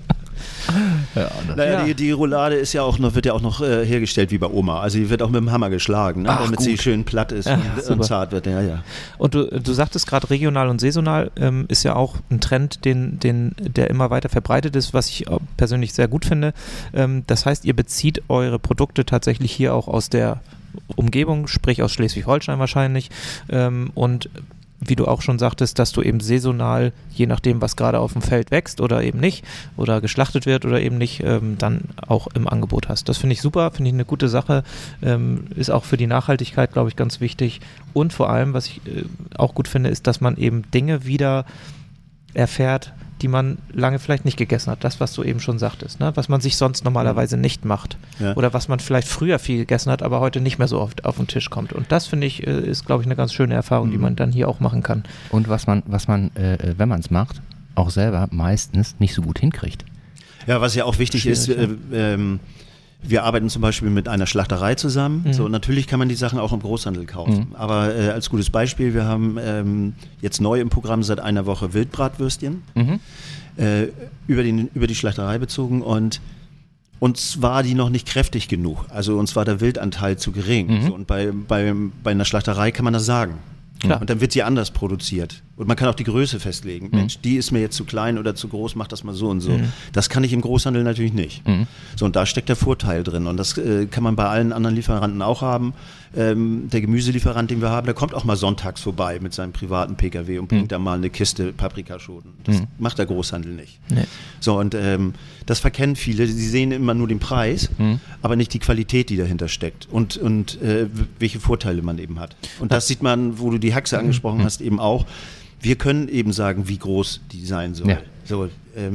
Die Roulade ist wird ja auch noch hergestellt wie bei Oma. Also die wird auch mit dem Hammer geschlagen, ne? Damit sie schön platt ist und zart wird. Ja. Und du sagtest gerade regional und saisonal ist ja auch ein Trend, der immer weiter verbreitet ist, was ich persönlich sehr gut finde. Das heißt, ihr bezieht eure Produkte tatsächlich hier auch aus der Umgebung, sprich aus Schleswig-Holstein wahrscheinlich und wie du auch schon sagtest, dass du eben saisonal, je nachdem, was gerade auf dem Feld wächst oder eben nicht, oder geschlachtet wird oder eben nicht, dann auch im Angebot hast. Das finde ich super, finde ich eine gute Sache, ist auch für die Nachhaltigkeit, glaube ich, ganz wichtig. Und vor allem, was ich auch gut finde, ist, dass man eben Dinge wieder erfährt, die man lange vielleicht nicht gegessen hat. Das, was du eben schon sagtest, ne? Was man sich sonst normalerweise nicht macht. Ja. Oder was man vielleicht früher viel gegessen hat, aber heute nicht mehr so oft auf den Tisch kommt. Und das, finde ich, ist, glaube ich, eine ganz schöne Erfahrung, die man dann hier auch machen kann. Und was man, wenn man es macht, auch selber meistens nicht so gut hinkriegt. Ja, was ja auch wichtig ist, wir arbeiten zum Beispiel mit einer Schlachterei zusammen. So, natürlich kann man die Sachen auch im Großhandel kaufen. Aber als gutes Beispiel, wir haben jetzt neu im Programm seit einer Woche Wildbratwürstchen über die Schlachterei bezogen und uns war die noch nicht kräftig genug. Also uns war der Wildanteil zu gering. So, und bei einer Schlachterei kann man das sagen. Klar. Und dann wird sie anders produziert. Und man kann auch die Größe festlegen. Mensch, die ist mir jetzt zu klein oder zu groß, mach das mal so und so. Das kann ich im Großhandel natürlich nicht. So, und da steckt der Vorteil drin. Und das kann man bei allen anderen Lieferanten auch haben. Der Gemüselieferant, den wir haben, der kommt auch mal sonntags vorbei mit seinem privaten PKW und bringt da mal eine Kiste Paprikaschoten. Das macht der Großhandel nicht. Nee. So, und das verkennen viele. Sie sehen immer nur den Preis, aber nicht die Qualität, die dahinter steckt und welche Vorteile man eben hat. Und das sieht man, wo du die Haxe angesprochen hast, eben auch. Wir können eben sagen, wie groß die sein soll. Ja. So,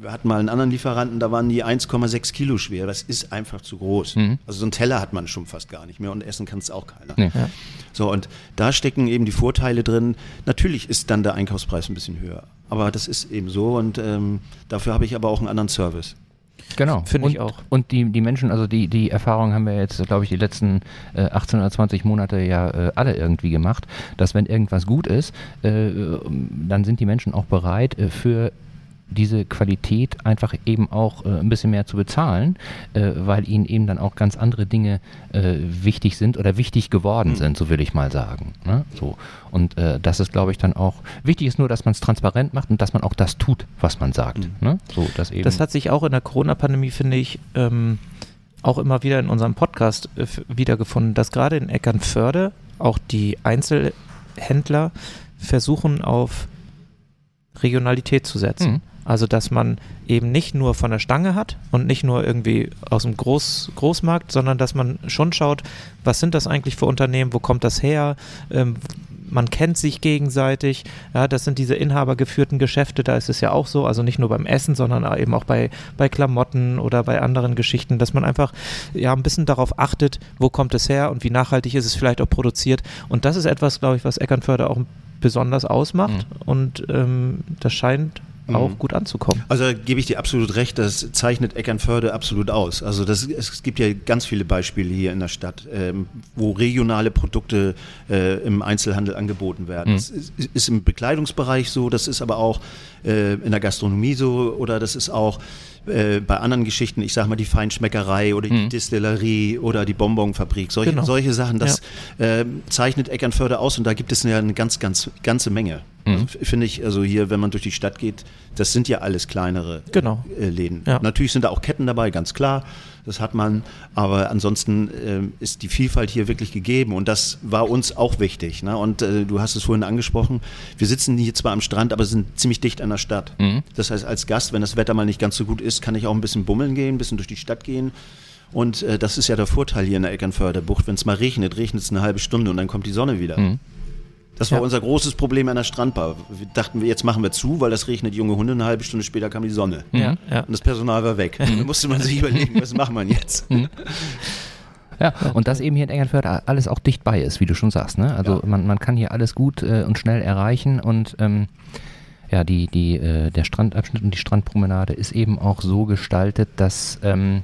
Wir hatten mal einen anderen Lieferanten, da waren die 1,6 Kilo schwer. Das ist einfach zu groß. Also so einen Teller hat man schon fast gar nicht mehr und essen kann es auch keiner. Nee. Ja. So, und da stecken eben die Vorteile drin. Natürlich ist dann der Einkaufspreis ein bisschen höher, aber das ist eben so und dafür habe ich aber auch einen anderen Service. Genau. Finde ich auch. Und die Menschen, also die Erfahrung haben wir jetzt, glaube ich, die letzten 18 oder 20 Monate ja alle irgendwie gemacht, dass wenn irgendwas gut ist, dann sind die Menschen auch bereit, für diese Qualität einfach eben auch ein bisschen mehr zu bezahlen, weil ihnen eben dann auch ganz andere Dinge wichtig sind oder wichtig geworden sind, so würde ich mal sagen. Ne? So. Und das ist, glaube ich, dann auch, wichtig ist nur, dass man es transparent macht und dass man auch das tut, was man sagt. Ne? So, dass eben das hat sich auch in der Corona-Pandemie, finde ich, auch immer wieder in unserem Podcast wiedergefunden, dass gerade in Eckernförde auch die Einzelhändler versuchen, auf Regionalität zu setzen. Also, dass man eben nicht nur von der Stange hat und nicht nur irgendwie aus dem Großmarkt, sondern dass man schon schaut, was sind das eigentlich für Unternehmen, wo kommt das her, man kennt sich gegenseitig, ja, das sind diese inhabergeführten Geschäfte, da ist es ja auch so, also nicht nur beim Essen, sondern eben auch bei Klamotten oder bei anderen Geschichten, dass man einfach ja ein bisschen darauf achtet, wo kommt es her und wie nachhaltig ist es vielleicht auch produziert, und das ist etwas, glaube ich, was Eckernförde auch besonders ausmacht und das scheint auch gut anzukommen. Also da gebe ich dir absolut recht, das zeichnet Eckernförde absolut aus. Also es gibt ja ganz viele Beispiele hier in der Stadt, wo regionale Produkte im Einzelhandel angeboten werden. Das ist im Bekleidungsbereich so, das ist aber auch in der Gastronomie so, oder das ist auch bei anderen Geschichten, ich sag mal die Feinschmeckerei oder die Distillerie oder die Bonbonfabrik, solche Sachen, das zeichnet Eckernförde aus, und da gibt es ja eine ganze Menge. Also, finde ich, also hier, wenn man durch die Stadt geht, das sind ja alles kleinere Läden. Ja. Natürlich sind da auch Ketten dabei, ganz klar, das hat man, aber ansonsten ist die Vielfalt hier wirklich gegeben, und das war uns auch wichtig. Ne? Und du hast es vorhin angesprochen, wir sitzen hier zwar am Strand, aber sind ziemlich dicht an der Stadt. Das heißt, als Gast, wenn das Wetter mal nicht ganz so gut ist, kann ich auch ein bisschen bummeln gehen, ein bisschen durch die Stadt gehen. Und das ist ja der Vorteil hier in der Eckernförder Bucht. Wenn es mal regnet es eine halbe Stunde und dann kommt die Sonne wieder. Das war unser großes Problem an der Strandbar. Wir dachten, jetzt machen wir zu, weil das regnet, junge Hunde, eine halbe Stunde später kam die Sonne. Und das Personal war weg. Da musste man sich überlegen, was macht man jetzt? Ja, und dass eben hier in Eckernförde alles auch dicht bei ist, wie du schon sagst. Ne? Also man kann hier alles gut und schnell erreichen, und der Strandabschnitt und die Strandpromenade ist eben auch so gestaltet, dass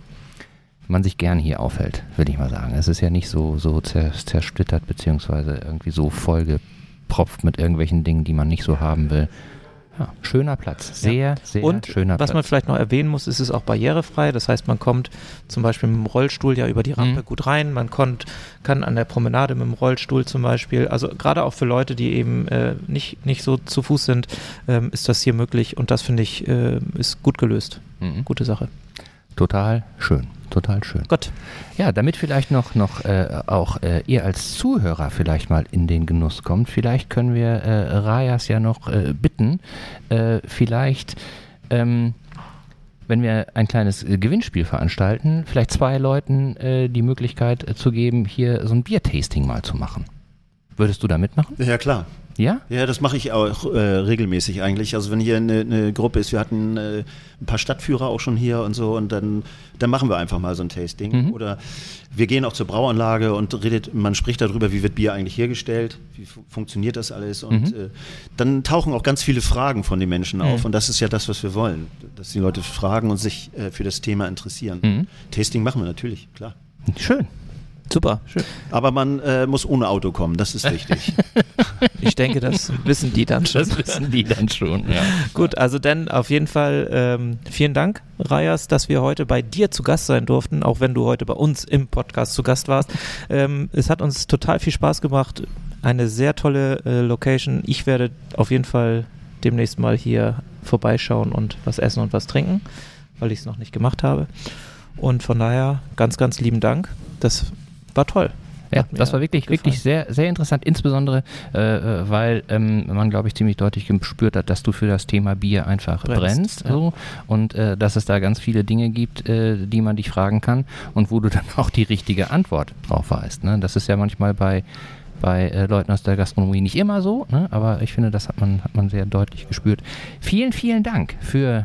man sich gern hier aufhält, würde ich mal sagen. Es ist ja nicht so zersplittert beziehungsweise irgendwie so vollgepropft mit irgendwelchen Dingen, die man nicht so haben will. Ja, schöner Platz, sehr schöner Platz. Was man vielleicht noch erwähnen muss, ist es auch barrierefrei. Das heißt, man kommt zum Beispiel mit dem Rollstuhl ja über die Rampe gut rein. Man kann an der Promenade mit dem Rollstuhl zum Beispiel, also gerade auch für Leute, die eben nicht so zu Fuß sind, ist das hier möglich, und das finde ich ist gut gelöst. Gute Sache. Total schön. Gott. Ja, damit vielleicht noch auch ihr als Zuhörer vielleicht mal in den Genuss kommt, vielleicht können wir Rajas ja noch bitten, vielleicht, wenn wir ein kleines Gewinnspiel veranstalten, vielleicht 2 Leuten die Möglichkeit zu geben, hier so ein Biertasting mal zu machen. Würdest du da mitmachen? Ja, klar. Ja? Ja, das mache ich auch regelmäßig eigentlich. Also wenn hier eine Gruppe ist, wir hatten ein paar Stadtführer auch schon hier und so, und dann machen wir einfach mal so ein Tasting. Oder wir gehen auch zur Brauanlage und man spricht darüber, wie wird Bier eigentlich hergestellt, wie funktioniert das alles, und dann tauchen auch ganz viele Fragen von den Menschen auf, und das ist ja das, was wir wollen, dass die Leute fragen und sich für das Thema interessieren. Tasting machen wir natürlich, klar. Schön. Super, schön. Aber man muss ohne Auto kommen, das ist wichtig. Ich denke, das wissen die dann schon. Ja. Gut, also dann auf jeden Fall vielen Dank, Rajas, dass wir heute bei dir zu Gast sein durften, auch wenn du heute bei uns im Podcast zu Gast warst. Es hat uns total viel Spaß gemacht. Eine sehr tolle Location. Ich werde auf jeden Fall demnächst mal hier vorbeischauen und was essen und was trinken, weil ich es noch nicht gemacht habe. Und von daher ganz, ganz lieben Dank. Das war toll. Ja, das war wirklich sehr, sehr interessant, insbesondere weil man, glaube ich, ziemlich deutlich gespürt hat, dass du für das Thema Bier einfach brennst. So, und dass es da ganz viele Dinge gibt, die man dich fragen kann und wo du dann auch die richtige Antwort drauf weißt. Ne? Das ist ja manchmal bei Leuten aus der Gastronomie nicht immer so, ne? Aber ich finde, das hat man sehr deutlich gespürt. Vielen, vielen Dank für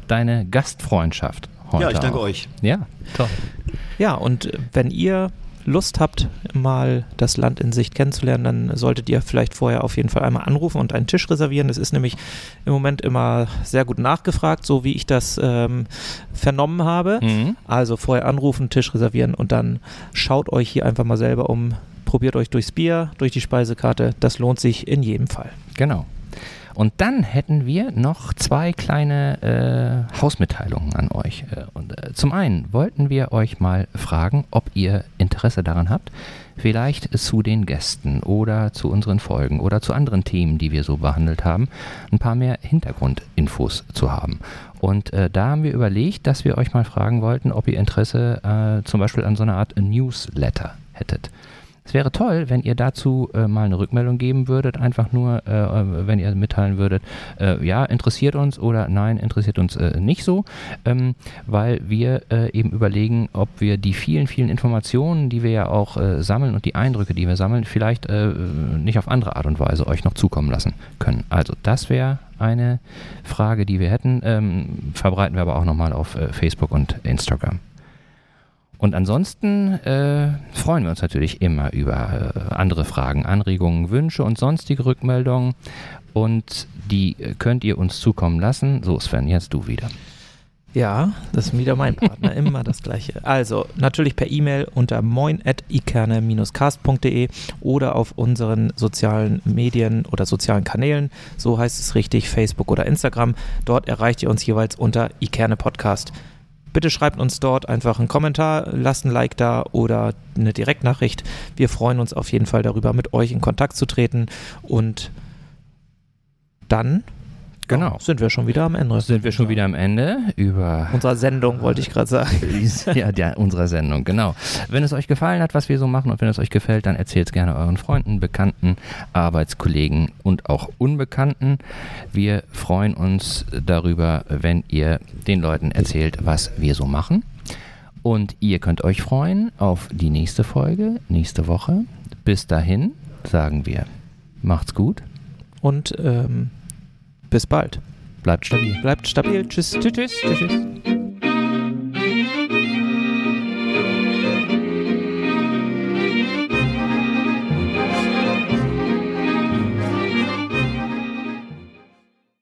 deine Gastfreundschaft heute. Ja, ich danke auch. euch. Ja, toll. Ja, und wenn ihr Lust habt, mal das Land in Sicht kennenzulernen, dann solltet ihr vielleicht vorher auf jeden Fall einmal anrufen und einen Tisch reservieren. Das ist nämlich im Moment immer sehr gut nachgefragt, so wie ich das vernommen habe. Also vorher anrufen, Tisch reservieren und dann schaut euch hier einfach mal selber um, probiert euch durchs Bier, durch die Speisekarte. Das lohnt sich in jedem Fall. Genau. Und dann hätten wir noch 2 kleine Hausmitteilungen an euch. Zum einen wollten wir euch mal fragen, ob ihr Interesse daran habt, vielleicht zu den Gästen oder zu unseren Folgen oder zu anderen Themen, die wir so behandelt haben, ein paar mehr Hintergrundinfos zu haben. Und da haben wir überlegt, dass wir euch mal fragen wollten, ob ihr Interesse zum Beispiel an so einer Art Newsletter hättet. Es wäre toll, wenn ihr dazu mal eine Rückmeldung geben würdet, einfach nur, wenn ihr mitteilen würdet, ja, interessiert uns oder nein, interessiert uns nicht so, weil wir eben überlegen, ob wir die vielen, vielen Informationen, die wir ja auch sammeln und die Eindrücke, die wir sammeln, vielleicht nicht auf andere Art und Weise euch noch zukommen lassen können. Also das wäre eine Frage, die wir hätten, verbreiten wir aber auch nochmal auf Facebook und Instagram. Und ansonsten freuen wir uns natürlich immer über andere Fragen, Anregungen, Wünsche und sonstige Rückmeldungen. Und die könnt ihr uns zukommen lassen. So, Sven, jetzt du wieder. Ja, das ist wieder mein Partner, immer das Gleiche. Also natürlich per E-Mail unter moin@ikerne-cast.de oder auf unseren sozialen Medien oder sozialen Kanälen, so heißt es richtig, Facebook oder Instagram. Dort erreicht ihr uns jeweils unter Ikerne Podcast. Bitte schreibt uns dort einfach einen Kommentar, lasst ein Like da oder eine Direktnachricht. Wir freuen uns auf jeden Fall darüber, mit euch in Kontakt zu treten. Und dann sind wir schon wieder am Ende. Über unserer Sendung, wollte ich gerade sagen. Ja, unserer Sendung, genau. Wenn es euch gefallen hat, was wir so machen und wenn es euch gefällt, dann erzählt es gerne euren Freunden, Bekannten, Arbeitskollegen und auch Unbekannten. Wir freuen uns darüber, wenn ihr den Leuten erzählt, was wir so machen. Und ihr könnt euch freuen auf die nächste Folge, nächste Woche. Bis dahin sagen wir, macht's gut. Und bis bald. Bleibt stabil. Bleibt stabil. Tschüss. Tschüss. Tschüss. Tschüss.